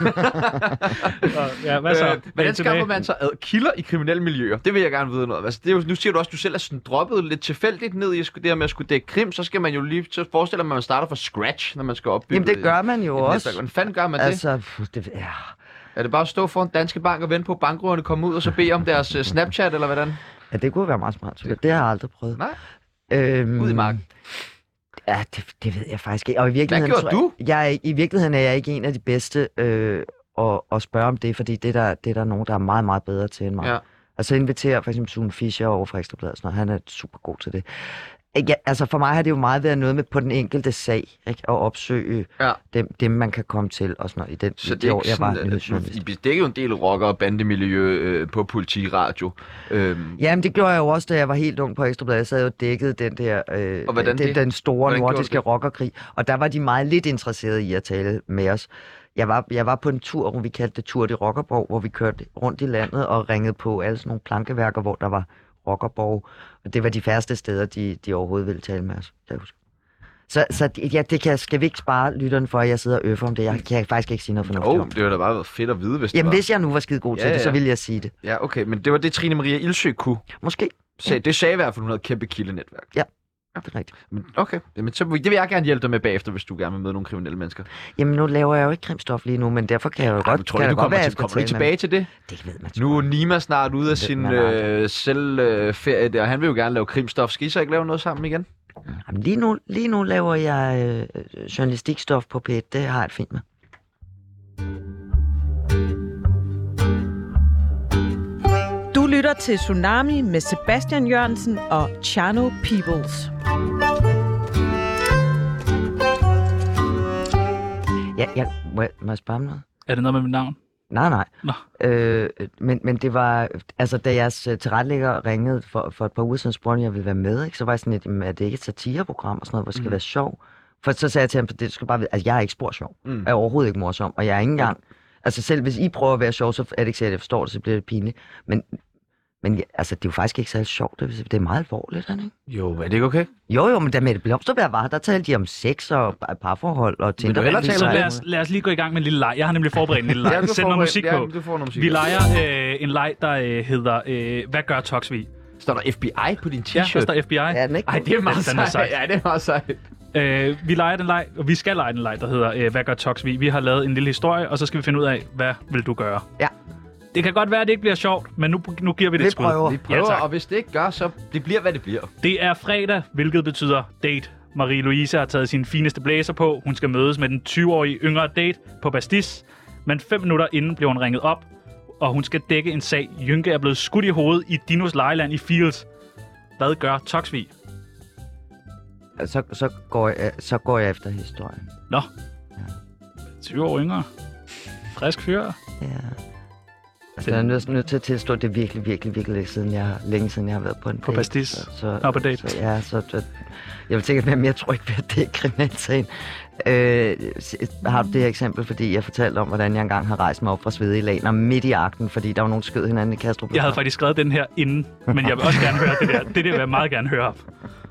S3: Ja, hvad så?
S1: Øh, hvordan skaffer man så ad kilder i kriminelle miljøer? Det vil jeg gerne vide noget om. Altså, det er jo, nu siger du også, at du selv er sådan droppet lidt tilfældigt ned i det her med at skulle dække krim. Så skal man jo lige så forestille at man starter fra scratch, når man skal opbygge.
S2: Jamen, det gør man jo også.
S1: Hvordan fanden gør man
S2: altså,
S1: det?
S2: pff, det? Ja.
S1: Er det bare at stå foran Danske Bank og vente på, at bankrøverne kommer ud og så bede om deres uh, Snapchat, eller hvordan?
S2: Ja, det kunne være meget smart. Det, det har jeg aldrig prøvet.
S1: Nej.
S2: Øhm,
S1: Ud i marken.
S2: Ja, det, det ved jeg faktisk ikke. Og i virkeligheden,
S1: Hvad gjorde
S2: tror
S1: du?
S2: Jeg, jeg, I virkeligheden er jeg ikke en af de bedste øh, at, at spørge om det, fordi det der, det er der nogen, der er meget, meget bedre til end mig.
S1: Ja.
S2: Altså inviterer for eksempel Sune Fischer over fra Ekstrabladet og sådan noget. Han er super god til det. Ja, altså for mig har det jo meget været noget med på den enkelte sag, ikke? At opsøge
S1: Ja.
S2: dem, dem, man kan komme til og sådan noget. I den,
S1: Så
S2: i
S1: det er
S2: år,
S1: ikke
S2: jeg var
S1: sådan,
S2: nyhedsjournalist.
S1: I dækker jo en del rocker- og bandemiljø øh, på politiradio. Øhm,
S2: Jamen, det gjorde jeg jo også, da jeg var helt ung på Ekstrabladet. Jeg sad jo og dækkede den der, øh,
S1: Og hvordan
S2: den,
S1: det?
S2: den store
S1: Hvordan gjorde
S2: nordiske
S1: du det?
S2: rockerkrig. Og der var de meget lidt interesserede i at tale med os. Jeg var, jeg var på en tur, hvor vi kaldte det Tour de Rockerborg, hvor vi kørte rundt i landet og ringede på alle sådan nogle plankeværker, hvor der var rockerborg. Og det var de færreste steder, de, de overhovedet ville tale med os, jeg husker. Så, så ja, det kan, skal vi ikke spare lytterne for, at jeg sidder og øffer om det. Jeg kan faktisk ikke sige noget fornuftigt
S1: Jo,
S2: om.
S1: det ville da bare været fedt at vide, hvis det
S2: Jamen,
S1: var.
S2: hvis jeg nu var skide god til
S1: Ja,
S2: det, så
S1: ja.
S2: ville jeg sige det.
S1: Ja, okay, men det var det, Trine Maria Ildsø kunne.
S2: Måske.
S1: Sagde, det sagde i hvert fald, hun havde et kæmpe kildenetværk.
S2: Ja, det er rigtigt.
S1: Men okay, men så, det vil jeg gerne hjælpe dig med bagefter, hvis du gerne vil møde nogle kriminelle mennesker.
S2: Jamen, nu laver jeg jo ikke krimstof lige nu, men derfor kan jeg jo
S1: Ej,
S2: godt...
S1: men tror
S2: kan
S1: du,
S2: det
S1: du
S2: godt
S1: kommer,
S2: være, jeg
S1: til,
S2: skal
S1: kommer du ikke
S2: tale med
S1: tilbage til det?
S2: dem. Det ved man sgu.
S1: Nu er Nima snart ude af
S2: Det
S1: sin
S2: ved man
S1: øh, selvferie, øh, og han vil jo gerne lave krimstof. Skal I så ikke lave noget sammen igen?
S2: Jamen, lige, nu, lige nu laver jeg øh, journalistikstof på P et. Det har jeg et fint med.
S4: Du lytter til Tsunami med Sebastian Jørgensen og Chano Peoples.
S2: Ja, ja, må, jeg, må jeg spørge om noget?
S3: Er det noget med mit navn?
S2: Nej, nej.
S3: Nå.
S2: Øh, men, men det var... Altså, da jeres øh, tilrettelægger ringede for, for et par uger siden, spurgte jeg, ville være med, ikke? Så var jeg sådan lidt, jamen, er det ikke et satireprogram og sådan noget, hvor det skal
S1: Mm.
S2: være sjov? For så sagde jeg til ham, det skal bare vide, altså, jeg er ikke spor sjov.
S1: Mm.
S2: Jeg er overhovedet ikke morsom, og jeg er ikke engang... Altså, selv hvis I prøver at være sjov, så er det ikke sikkert, at jeg forstår det, så bliver det pinligt. Men, Men ja, altså, det er jo faktisk ikke så sjovt. Det er meget alvorligt, ikke?
S1: Jo, er det ikke okay?
S2: Jo, jo, men da Mette Blomsterberg var, der talte de om sex og parforhold og
S1: Vil du hellere
S2: Tinder.
S1: tale
S3: Så
S1: om
S3: lad
S1: det?
S3: os, lad os lige gå i gang med en lille leg. Jeg har nemlig forberedt en lille leg.
S1: Ja, du
S3: Sæt noget
S1: får-
S3: musik
S1: ja,
S3: på.
S1: du får noget musik.
S3: Vi leger øh, en leg, der øh, hedder øh, Hvad gør Toksvig?
S1: Står der F B I på din
S3: Ja, der
S1: t-shirt?
S3: står F B I.
S2: Ja, den er ikke
S1: Ej, det er meget
S3: Den er
S1: sejt.
S3: sej.
S1: Ja, det er meget sejt.
S3: Øh, vi leger den leg, og vi skal lege den leg, der hedder øh, Hvad gør Toksvig? Vi har lavet en lille historie, og så skal vi finde ud af, hvad vil du gøre?
S2: Ja.
S3: Det kan godt være, at det ikke bliver sjovt, men nu, nu giver vi det
S2: Vi
S3: et skud.
S2: prøver.
S1: Vi prøver,
S3: Ja, tak.
S1: og hvis det ikke gør, så det bliver, hvad det bliver.
S3: Det er fredag, hvilket betyder date. Marie-Louise har taget sin fineste blæser på. Hun skal mødes med den tyve-årige yngre date på Bastis. Men fem minutter inden bliver hun ringet op, og hun skal dække en sag. Jynke er blevet skudt i hovedet i Dinos lejeland i Fields. Hvad gør Toksvig?
S2: Så, så, går jeg, så går jeg efter historien.
S3: Nå, tyve år yngre. Frisk fyr.
S2: Ja. Altså, jeg er nødt, nødt til at tilstå, at det er virkelig, virkelig, virkelig længe siden, jeg, længe siden, jeg har været på en
S3: På
S2: date.
S3: Bastis.
S2: Så, så,
S3: Nå, på date.
S2: Så, ja, så, så jeg vil sikkert være mere tryg ved, at det er kriminalsagen. Øh, har du det her eksempel, fordi jeg fortalte om, hvordan jeg engang har rejst mig op fra svedige laner midt i akten, fordi der var nogen, der skød hinanden i Kastrup.
S3: Jeg havde faktisk skrevet den her inden, men jeg vil også gerne høre det der. Det der vil jeg meget gerne høre op.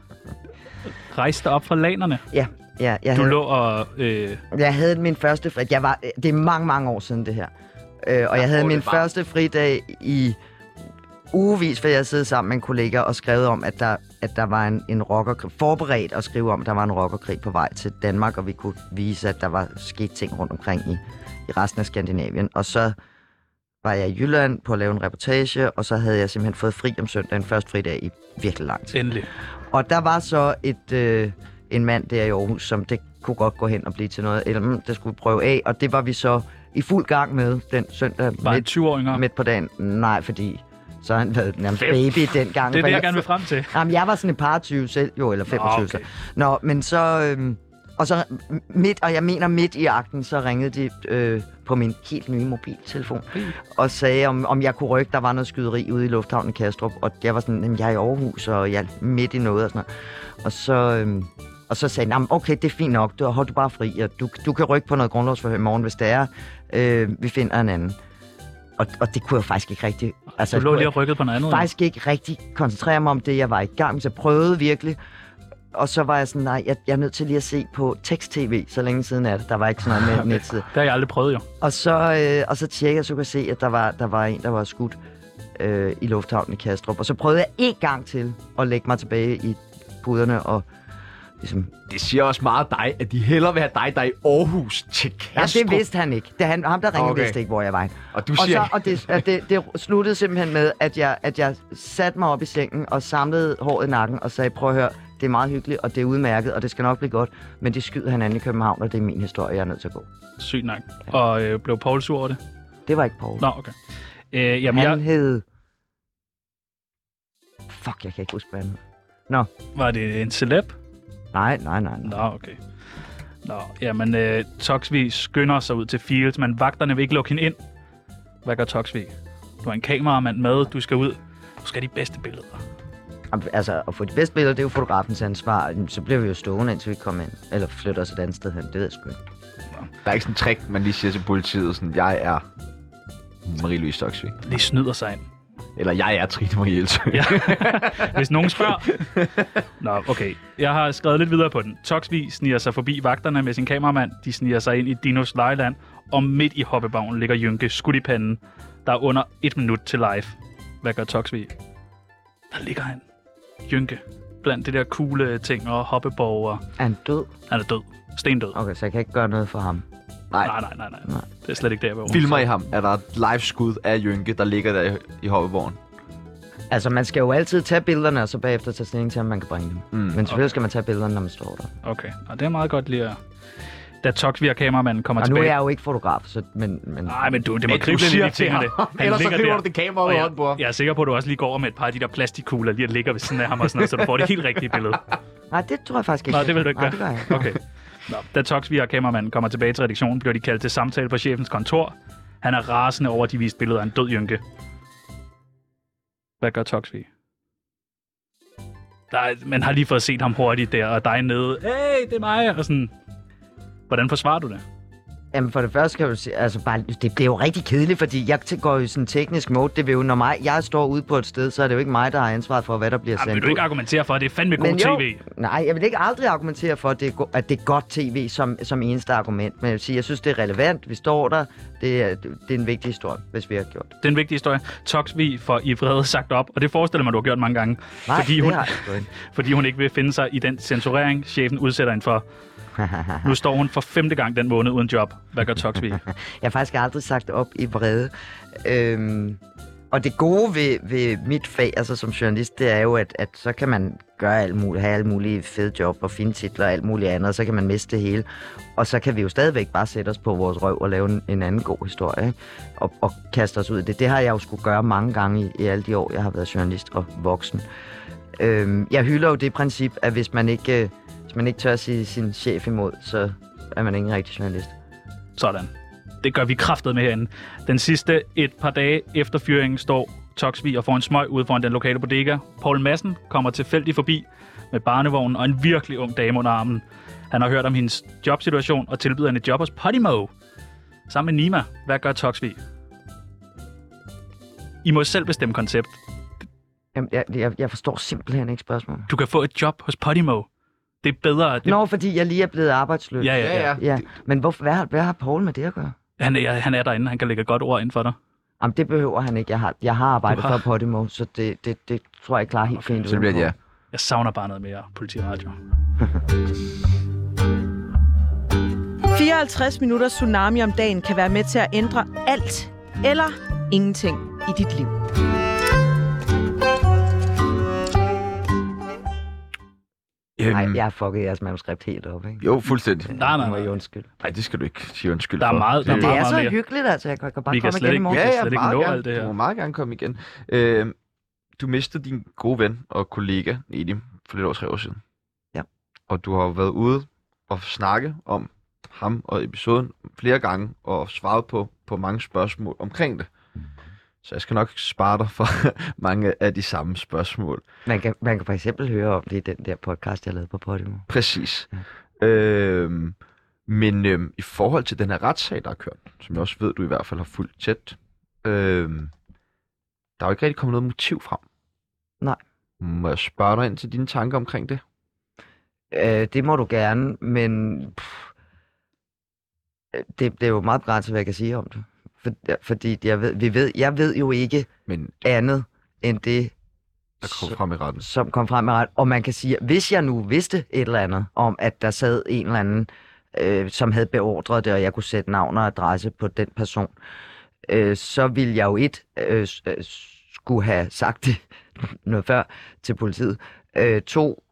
S3: Rejste op fra lanerne.
S2: Ja, ja jeg,
S3: Du
S2: havde,
S3: lå og... Øh,
S2: jeg havde min første fridag. Jeg var, det er mange, mange år siden, det her. Øh, og jeg havde
S1: hvor
S2: min
S1: det var.
S2: første fridag i ugevis, for jeg havde siddet sammen med en kollega og skrevet om, at der, at der var en, en rockerkrig, forberedt at skrive om, at der var en rockerkrig på vej til Danmark, og vi kunne vise, at der var sket ting rundt omkring i, i resten af Skandinavien. Og så var jeg i Jylland på at lave en reportage, og så havde jeg simpelthen fået fri om søndagen, første fridag i virkelig lang tid.
S3: endelig.
S2: Og der var så et, øh, en mand der i Aarhus, som det kunne godt gå hen og blive til noget, eller mm, det skulle vi prøve af, og det var vi så i fuld gang med den søndag
S3: Var en
S2: midt,
S3: tyve år yngre.
S2: midt på dagen. Nej, fordi så har han været nærmest
S3: Fem.
S2: baby dengang.
S3: Det er
S2: For
S3: det, jeg gerne vil frem til.
S2: Jamen, jeg var sådan et par tyve selv, jo, eller femogtyve.
S3: okay.
S2: Okay. Nå, men så... Øhm, og så midt, og jeg mener midt i akten, så ringede de øh, på min helt nye mobiltelefon og sagde, om, om jeg kunne rykke, der var noget skyderi ude i lufthavnen i Kastrup. Og jeg var sådan, jamen, jeg er i Aarhus, og jeg er midt i noget og sådan noget. Og så, øhm, og så sagde han, okay, det er fint nok, du hold du bare fri, og du, du kan rykke på noget grundlovsforhør i morgen, hvis det er. Øh, vi finder en anden. Og, og det kunne jeg faktisk ikke rigtig... Altså,
S3: Du lå
S2: kunne
S3: lige
S2: jeg
S3: og rykket på noget andet.
S2: faktisk ikke rigtig koncentrere mig om det, jeg var i gang med. Så jeg prøvede virkelig. Og så var jeg sådan, nej, jeg, jeg er nødt til lige at se på tekst-tv, så længe siden er det. Der var ikke sådan noget med netsid.
S3: Det har jeg aldrig prøvet, jo.
S2: Og så, øh, og så tjekkede jeg, så kunne jeg se, at der var, der var en, der var skudt øh, i lufthavnen i Kastrup. Og så prøvede jeg en gang til at lægge mig tilbage i puderne og ligesom...
S1: Det siger også meget dig, at de hellere vil have dig, der er i Aarhus til
S2: Ja,
S1: Kastrup.
S2: det vidste han ikke. Det han, ham, der ringede,
S1: Okay.
S2: okay. vidste ikke, hvor jeg var.
S1: Og du
S2: Og,
S1: siger...
S2: så, og det, at det, det sluttede simpelthen med, at jeg, at jeg satte mig op i sengen og samlede håret i nakken og sagde, prøv at høre, det er meget hyggeligt, og det er udmærket, og det skal nok blive godt, men det skyder han anden i København, og det er min historie, jeg er nødt til at gå.
S3: Sygt nok. Og øh, blev Paul sur over det?
S2: Det var ikke Poul.
S3: Nå, okay. Øh, jamen,
S2: Han
S3: jeg,
S2: hed... Fuck, jeg kan ikke huske, hvad han hed. Nå,
S3: var det en celeb?
S2: nej, nej, nej. nej.
S3: Nå, okay. Nå, jamen, øh, Toksvig skynder sig ud til Fields, men vagterne vil ikke lukke hende ind. Hvad gør Toksvig? Du har en kameramand med, du skal ud. Du skal have de bedste billeder.
S2: Altså, at få de bedste billeder, det er jo fotografens ansvar. Så bliver vi jo stående, indtil vi kommer ind. Eller flytter os et andet sted hen. Det ved jeg sgu ikke.
S1: Der er ikke sådan en trick, man lige siger til politiet, sådan, jeg er Marie-Louise Toksvig.
S3: De snyder sig ind.
S1: Eller jeg er Trine Marie Elsø.
S3: Ja. Hvis nogen spørger. Nå, okay. Jeg har skrevet lidt videre på den. Toksvig sniger sig forbi vagterne med sin kameramand. De sniger sig ind i Dinos lejeland. Og midt i hoppebagen ligger Jynke skudt i panden. Der er under et minut til live. Hvad gør Toksvig? Der ligger han. Jynke. Blandt det der coole ting og hoppeborg. Og
S2: Er han død?
S3: han er død. Stendød.
S2: Okay, så jeg kan ikke gøre noget for ham.
S1: Nej.
S3: Nej, nej, nej, nej.
S2: Nej.
S3: Det er slet ikke der, hvor
S1: Filmer I ham? Er der et live-skud af Jynke, der ligger der i, i hoppeborgen?
S2: Altså, man skal jo altid tage billederne, og så bagefter tage stilling til, om man kan bringe dem.
S1: Mm,
S2: Men selvfølgelig skal man tage billederne, når man står der.
S3: Okay, og det er meget godt lige at... Da Toksvig og kameramanden kommer
S2: Og nu er
S3: tilbage...
S2: jeg jo ikke fotograf, så... Men, men...
S3: Nej, men du, det må
S1: Men du
S3: krible lidt
S1: siger
S3: i fingrene.
S1: til ham. Ellers så
S3: ligger
S1: griber
S3: der.
S1: du det kamera ud
S3: Og
S1: af
S3: jeg,
S1: hånden på ham.
S3: jeg er sikker på, at du også lige går over med et par af de der plastikkugler, lige at ligger ved siden af ham og sådan noget, så du får det helt rigtige billede.
S2: Nej, det tror jeg faktisk ikke.
S3: Nå, det vil du ikke
S2: Nej,
S3: gøre.
S2: det gør jeg ikke.
S3: Okay. Nå, da Toksvig og kameramanden kommer tilbage til redaktionen, bliver de kaldt til samtale på chefens kontor. Han er rasende over, at de viste billeder af en død Jynke. Hvad gør Toksvig? Der er, man har lige fået set ham hurtigt der, og dig nede. Hey, det er mig! Og sådan... Hvordan forsvarer du det?
S2: Jamen for det første kan du sige, altså bare, det bliver jo rigtig kedeligt, fordi jeg går jo sådan teknisk mode. Det vil jo, når mig, jeg står ude på et sted, så er det jo ikke mig, der har ansvaret for, hvad der bliver
S3: Jamen,
S2: sendt
S3: vil du ikke argumentere for, at det er fandme god tv?
S2: Nej, jeg vil ikke aldrig argumentere for, at det er, go- at det er godt tv som, som eneste argument. Men jeg vil sige, jeg synes, det er relevant. Vi står der. Det er, det er en vigtig historie, hvis vi har gjort det.
S3: Det er en vigtig historie. Toksvig får i vrede sagt op, og det forestiller mig, du har gjort mange gange.
S2: Nej,
S3: fordi
S2: det
S3: hun,
S2: har jeg ikke.
S3: fordi hun ikke vil finde sig i den censurering, chefen udsætter hende for. Nu står hun for femte gang den måned uden job. Hvad gør Toksvig?
S2: Jeg har faktisk aldrig sagt op i vrede. Øhm, og det gode ved, ved mit fag, altså som journalist, det er jo, at, at så kan man gøre alt muligt, have alle mulige fede job og finde titler og alt muligt andet, og så kan man miste det hele. Og så kan vi jo stadigvæk bare sætte os på vores røv og lave en, en anden god historie, ikke? Og, og kaste os ud i det. Det har jeg jo skulle gøre mange gange i, i alle de år, jeg har været journalist og voksen. Øhm, jeg hylder jo det princip, at hvis man ikke... Hvis man ikke tør at sige sin chef imod, så er man ikke en rigtig journalist.
S3: Sådan. Det gør vi kraftet med herinde. Den sidste et par dage efter fyringen står Toksvig og får en smøg ude foran den lokale bodega. Poul Madsen kommer tilfældigt forbi med barnevognen og en virkelig ung dame under armen. Han har hørt om hendes jobsituation og tilbyder hende et job hos Podimo. Sammen med Nima. Hvad gør Toksvig? I må selv bestemme koncept.
S2: Jamen, jeg, jeg, jeg forstår simpelthen ikke spørgsmålet.
S3: Du kan få et job hos Podimo. Det er bedre. Det...
S2: Nå, fordi jeg lige er blevet arbejdsløs.
S3: Ja, ja, ja.
S2: ja. Men hvorfor, hvad, har, hvad har Poul med det at gøre?
S3: Han er, han er derinde. Han kan lægge et godt ord ind for dig.
S2: Jamen, det behøver han ikke. Jeg har, jeg har arbejdet
S3: har...
S2: for Podimo, så det, det, det tror jeg ikke klarer helt
S3: okay,
S2: fint.
S1: Så bliver det ja.
S3: Jeg savner bare noget mere politiradio.
S4: fireoghalvtreds minutter tsunami om dagen kan være med til at ændre alt eller ingenting i dit liv.
S2: Nej, jeg har fucket jeres manuskript helt op, ikke?
S1: Jo, fuldstændig.
S3: Nej, nej, nej.
S2: Undskyld.
S1: Nej, det skal du ikke sige undskyld
S3: Der er
S1: for.
S3: meget, der er
S2: Det
S3: meget,
S2: er
S3: meget
S2: så
S3: mere.
S2: hyggeligt, altså. Jeg kan bare
S3: Vi kan
S2: komme
S3: slet
S2: igen i
S3: ikke-
S2: morgen.
S3: Ja,
S1: Ja,
S3: kan
S1: ja,
S3: slet ikke
S1: meget
S3: nå
S1: gerne.
S3: alt det her.
S1: Du må meget gerne komme igen. Øh, du mistede din gode ven og kollega, Nedim, for lidt over tre år siden.
S2: Ja.
S1: Og du har været ude og snakke om ham og episoden flere gange og svaret på, på mange spørgsmål omkring det. Så jeg skal nok spare dig for mange af de samme spørgsmål.
S2: Man kan, man kan for eksempel høre om det i den der podcast, jeg lavede på Podimo.
S1: Præcis.
S2: Ja.
S1: Øhm, men øhm, i forhold til den her retssag, der er kørt, som jeg også ved, du i hvert fald har fulgt tæt, øhm, der er jo ikke rigtig kommet noget motiv frem.
S2: Nej.
S1: Må jeg spørge dig ind til dine tanker omkring det?
S2: Øh, det må du gerne, men pff, det, det er jo meget begrænset, hvad jeg kan sige om det. For, fordi jeg ved, vi ved, jeg ved jo ikke
S1: Men
S2: andet end det,
S1: der kom frem i retten.
S2: som kom frem med ret. Og man kan sige, at hvis jeg nu vidste et eller andet om, at der sad en eller anden, øh, som havde beordret det, og jeg kunne sætte navn og adresse på den person, øh, så ville jeg jo et øh, øh, skulle have sagt det noget før til politiet. Øh, to,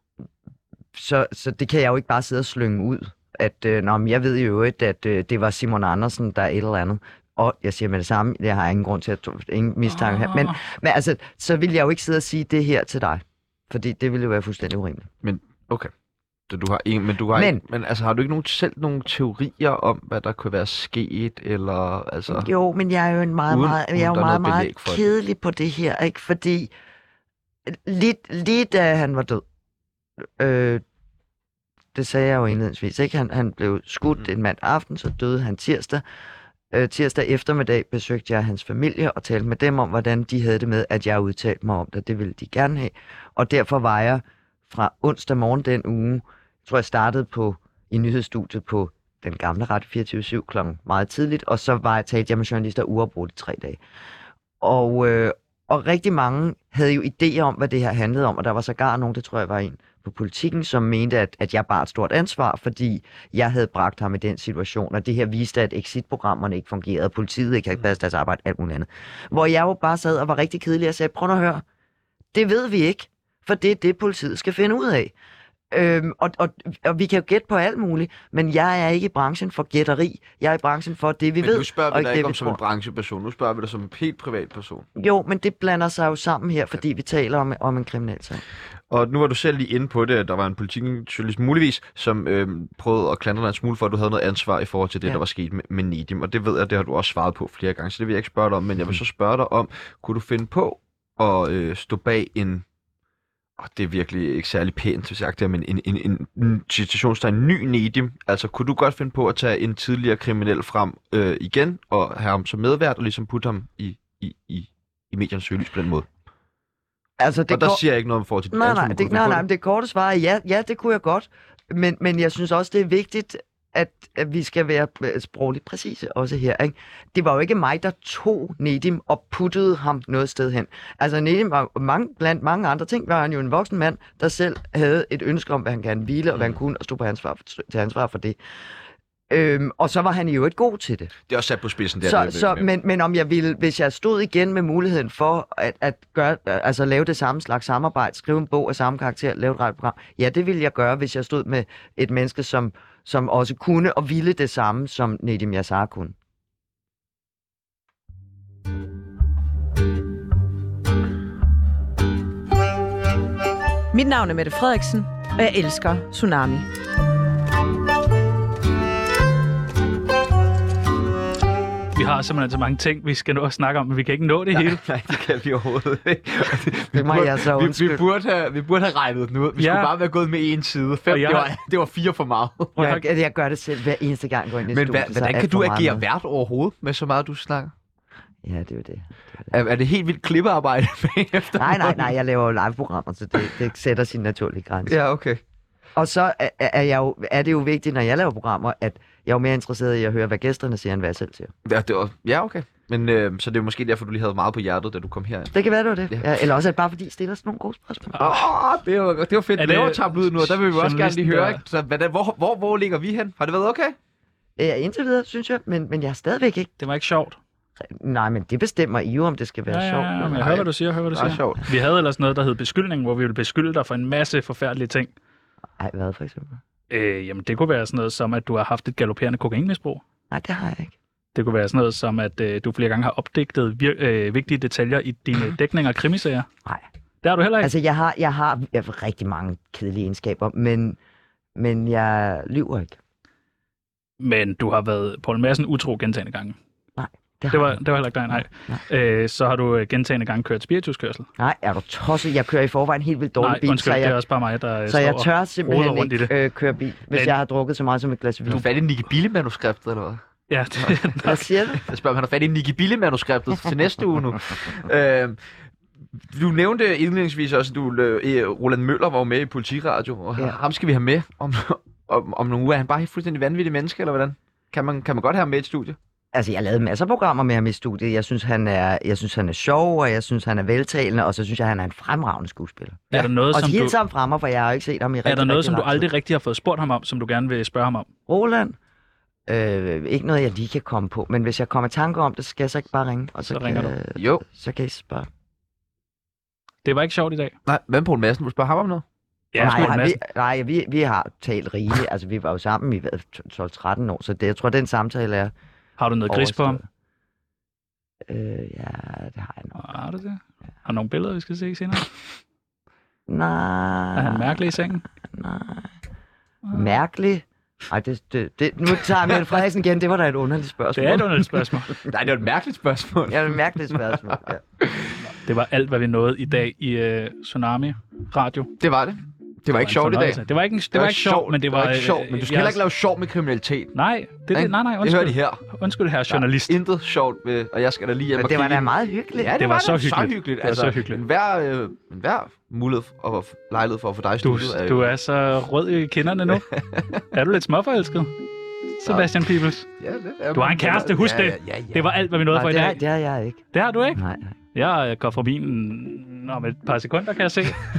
S2: så, så det kan jeg jo ikke bare sidde og slynge ud. At, øh, nå, men jeg ved jo ikke, at øh, det var Simon Andersen, der er et eller andet. Og jeg siger med det samme, jeg har ingen grund til at ingen mistanke her. Men, men altså, så vil jeg jo ikke sidde og sige det her til dig. Fordi det ville jo være fuldstændig urimeligt.
S1: Men okay. Så du har en, men du har
S2: Men-
S1: ikke, men altså har du ikke nogen, selv nogle teorier om, hvad der kunne være sket, eller altså...
S2: Jo, men jeg er jo en meget,
S1: Uden-
S2: meget,
S1: uden
S2: jeg er jo
S1: der er
S2: meget,
S1: noget
S2: meget
S1: belæg for det.
S2: kedelig på det her, ikke? Fordi lige, lige da han var død, øh, det sagde jeg jo indledningsvis, ikke? Han, han blev skudt
S1: Mhm.
S2: en mandag aften, så døde han tirsdag. Øh, tirsdag eftermiddag besøgte jeg hans familie og talte med dem om, hvordan de havde det med, at jeg udtalte mig om det. Det ville de gerne have. Og derfor var jeg fra onsdag morgen den uge, jeg tror jeg startede på i nyhedsstudiet på den gamle Radio fireogtyve syv klokken meget tidligt, og så var jeg talt jeg med journalister uafbrudt i tre dage. Og, øh, og rigtig mange havde jo idéer om, hvad det her handlede om, og der var sågar nogen, det tror jeg var en på Politikken, som mente, at, at jeg bar et stort ansvar, fordi jeg havde bragt ham i den situation, og det her viste, at exit-programmerne ikke fungerede, politiet ikke havde passet deres arbejde, alt muligt andet. Hvor jeg jo bare sad og var rigtig kedelig og sagde, prøv nu at høre, det ved vi ikke, for det er det, politiet skal finde ud af. Øhm, og, og, og vi kan jo gætte på alt muligt, men jeg er ikke i branchen for gætteri. Jeg er i branchen for det, vi
S1: Men
S2: ved.
S1: nu spørger
S2: og
S1: vi dig
S2: det,
S1: ikke
S2: vi
S1: om som en
S2: tror.
S1: brancheperson, nu spørger vi dig som en helt privat person.
S2: Jo, men det blander sig jo sammen her, fordi vi taler om, om en kriminel sag.
S1: Og nu var du selv lige inde på det, at der var en politikjournalist muligvis, som øhm, prøvede at klandre dig en smule for, at du havde noget ansvar i forhold til det,
S2: Ja.
S1: der var sket med, med Nedim. Og det ved jeg, det har du også svaret på flere gange, så det vil jeg ikke spørge dig om. Men jeg vil så spørge dig om, kunne du finde på at øh, stå bag en Det er virkelig ikke særlig pænt, hvis jeg sagt det, men en, en, en, en situationstegn ny Nedim. Altså, kunne du godt finde på at tage en tidligere kriminel frem øh, igen, og have ham som medvært, og ligesom putte ham i, i, i, i mediernes søgelys på den måde?
S2: Altså, det
S1: og der
S2: går...
S1: siger jeg ikke noget om forhold til dit
S2: Nej,
S1: ansvar,
S2: nej,
S1: men
S2: det,
S1: kunne du
S2: nej,
S1: finde på
S2: nej,
S1: det?
S2: det korte svar er ja, ja, det kunne jeg godt. Men, men jeg synes også, det er vigtigt, at, at vi skal være øh, sprogligt præcise også her. Ikke? Det var jo ikke mig, der tog Nedim og puttede ham noget sted hen. Altså Nedim var mange, blandt mange andre ting, var han jo en voksen mand, der selv havde et ønske om, hvad han gerne ville, og hvad han kunne, og stod på ansvar for, til ansvar for det. Øhm, og så var han jo ikke god til det.
S1: Det er også sat på spidsen der.
S2: Så,
S1: med,
S2: så,
S1: med.
S2: men, men om jeg ville, hvis jeg stod igen med muligheden for at, at gøre, altså lave det samme slags samarbejde, skrive en bog af samme karakter, lave et radioprogram, ja, det ville jeg gøre, hvis jeg stod med et menneske, som, som også kunne og ville det samme, som Nedim Yassar kunne.
S4: Mit navn er Mette Frederiksen, og jeg elsker Tsunami.
S3: Vi har simpelthen så mange ting, vi skal nå at snakke om, men vi kan ikke nå det hele.
S1: Nej, det kan vi overhovedet ikke.
S2: Det må jeg så
S1: vi,
S2: undskylde.
S1: vi, burde have, vi burde have regnet den ud. Vi
S3: Ja.
S1: skulle bare være gået med en side. Fem,
S3: Og jeg
S1: det,
S3: har-
S1: var, det var fire for meget.
S2: Jeg, jeg, jeg gør det selv hver eneste gang, jeg går ind i
S1: Men
S2: studiet.
S1: hva,
S2: så
S1: hvordan
S2: alt
S1: kan
S2: for
S1: du
S2: meget
S1: agere
S2: med.
S1: vært overhovedet med så meget, du snakker?
S2: Ja, det er jo det.
S1: Er, er det helt vildt klippearbejde bagefter?
S2: Nej, nej, nej, jeg laver jo live-programmer, så det, det sætter sin naturlige grænse.
S1: Ja, okay.
S2: Og så er, er, jeg jo, er det jo vigtigt, når jeg laver programmer, at jeg er jo mere interesseret i at høre, hvad gæsterne siger, end hvad jeg selv siger.
S1: Ja, det var, ja okay. Men øh, så det er måske derfor, du lige havde meget på hjertet, da du kom her.
S2: Det kan være, det var det.
S1: Ja.
S2: Ja, eller også er det bare, fordi I stiller sådan nogle gode spørgsmål.
S1: Åh, oh, det, var, det var fedt.
S3: Er
S1: Det
S3: det
S1: var tablet ud nu, og der vil vi også gerne lige høre.
S3: journalisten,
S1: Ikke? Så hvordan, hvor, hvor, hvor ligger vi hen? Har det været okay?
S2: Ja, indtil videre, synes jeg, men, men jeg er stadigvæk ikke...
S3: Det var ikke sjovt.
S2: Nej, men det bestemmer I jo, om det skal være
S3: Ja,
S2: sjovt.
S3: ja, ja,
S2: eller
S3: men jeg
S2: ej.
S3: hører, hvad du siger, jeg hører, hvad du
S1: Det er
S3: siger.
S1: sjovt.
S3: Vi havde ellers noget, der hed beskyldning, hvor vi ville beskylde dig for en masse forfærdelige ting.
S2: Ej, hvad for eksempel?
S3: Øh, jamen, det kunne være sådan noget som, at du har haft et galopperende kokainmisbrug.
S2: Nej, det har jeg ikke.
S3: Det kunne være sådan noget som, at øh, du flere gange har opdigtet vir- øh, vigtige detaljer i dine dækninger af krimisager.
S2: Nej.
S3: Det har du heller ikke.
S2: Altså, jeg har, jeg har, jeg har rigtig mange kedelige egenskaber, men, men jeg lyver ikke.
S3: Men du har været Poul Madsen utro gentagne gange.
S2: Det,
S3: Det
S2: har
S3: var,
S2: jeg.
S3: det var heller ikke dig, nej.
S2: Nej.
S3: Øh, så har du øh, gentagne gange kørt spirituskørsel.
S2: Nej, er du tosset? Jeg kører i forvejen helt vildt dårlig
S3: Nej,
S2: bil,
S3: undskyld,
S2: så
S3: det er
S2: jeg,
S3: også bare mig, der øh,
S2: så jeg
S3: står og-
S2: tør simpelthen
S3: roder rundt i
S2: ikke øh, køre bil, hvis
S3: Men-
S2: jeg har drukket så meget som et glas vin.
S1: Du har fat i Nicky Bille-manuskriptet, eller hvad?
S3: Ja, det,
S2: Hvad siger du?
S1: Jeg spørger, om han har fat i Nicky Bille-manuskriptet til næste uge nu. øh, du nævnte indledningsvis også, at du, øh, Roland Møller var jo med i Politiradio, og
S2: Ja.
S1: ham skal vi have med om, om, om nogle uger. Er han bare helt fuldstændig vanvittig menneske, eller hvordan? Kan man, kan man godt have ham med i et studie?
S2: Altså, jeg har lavet masser af programmer med ham i studiet. Jeg synes, han er, jeg synes, han er sjov, og jeg synes, han er veltalende, og så synes jeg, han er en fremragende skuespiller.
S3: er der noget,
S2: Og
S3: som
S2: de hele
S3: du,
S2: sammen fremmer, for jeg har jo ikke set ham i rigtig,
S3: er der noget,
S2: rigtig
S3: som du
S2: lang tid.
S3: aldrig rigtig har fået spurgt ham om, som du gerne vil spørge ham om?
S2: Roland? Øh, ikke noget, jeg lige kan komme på, men hvis jeg kommer i tanke om det, skal jeg så ikke bare ringe, og så,
S3: Så
S2: kan,
S3: ringer
S2: du.
S1: Jo.
S2: Så kan I spørge.
S3: Det var ikke sjovt i dag.
S1: Nej, hvad med Poul Madsen? Vil du spørge ham om noget?
S3: Ja,
S2: nej,
S3: Poul
S2: nej, vi,
S3: Madsen.
S2: nej vi, vi har talt rigeligt. Altså, vi var jo sammen i hvad, tolv tretten år, så det, jeg tror, den samtale er
S3: Har du noget gris på ham?
S2: Øh, ja, det har jeg nok.
S3: Har du det? Har du nogle billeder, vi skal se senere?
S2: Nej.
S3: Er han mærkelig i sengen?
S2: Nej. Mærkelig? Ej, det, det, det, nu tager jeg Mette Frederiksen igen. Det var da et underligt spørgsmål.
S3: Det er et underligt spørgsmål.
S1: Nej, det er et mærkeligt spørgsmål.
S2: Ja, det er et mærkeligt spørgsmål. Ja.
S3: Det var alt, hvad vi nåede i dag i uh, Tsunami Radio.
S1: Det var det. Det var ikke
S3: en
S1: sjovt i dag.
S3: fornøjelse. Det var ikke, det var ikke sjovt, men det var...
S1: det var ikke sjovt,
S3: øh,
S1: men du skal
S3: jeg-
S1: heller ikke lave sjov med kriminalitet.
S3: Nej, det,
S1: Ikke?
S3: det, nej, nej,
S1: Det
S3: undskyld.
S1: hører de her.
S3: Undskyld, herre journalist.
S1: Der er intet sjovt ved, og jeg skal da lige hjem
S2: Men
S1: og
S2: det var
S1: kigge.
S2: da meget hyggeligt.
S1: Ja, det,
S3: Det var
S1: var,
S3: så
S1: da
S3: hyggeligt.
S1: så hyggeligt.
S3: Det var så hyggeligt.
S1: En hver, øh, en hver mulighed og f- lejlighed for at få dig i
S3: Du,
S1: studiet.
S3: du
S1: jo-
S3: er så rød i kinderne nu. Er du lidt småforelsket? Sebastian Peebles.
S1: Ja, det er
S3: Du har en kæreste, husk
S1: ja,
S3: det.
S1: Ja, ja, ja.
S3: Det var alt, hvad vi nåede for
S2: Nej,
S3: i
S2: det, har,
S3: dag.
S2: det har jeg ikke.
S3: Det har du ikke?
S2: Nej, nej.
S3: Jeg går forbi en... om et par sekunder, kan jeg se.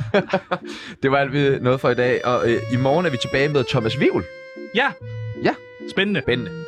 S1: Det var alt, vi nåede for i dag. Og øh, i morgen er vi tilbage med Thomas Wivel.
S3: Ja!
S1: Ja.
S3: Spændende.
S1: Spændende.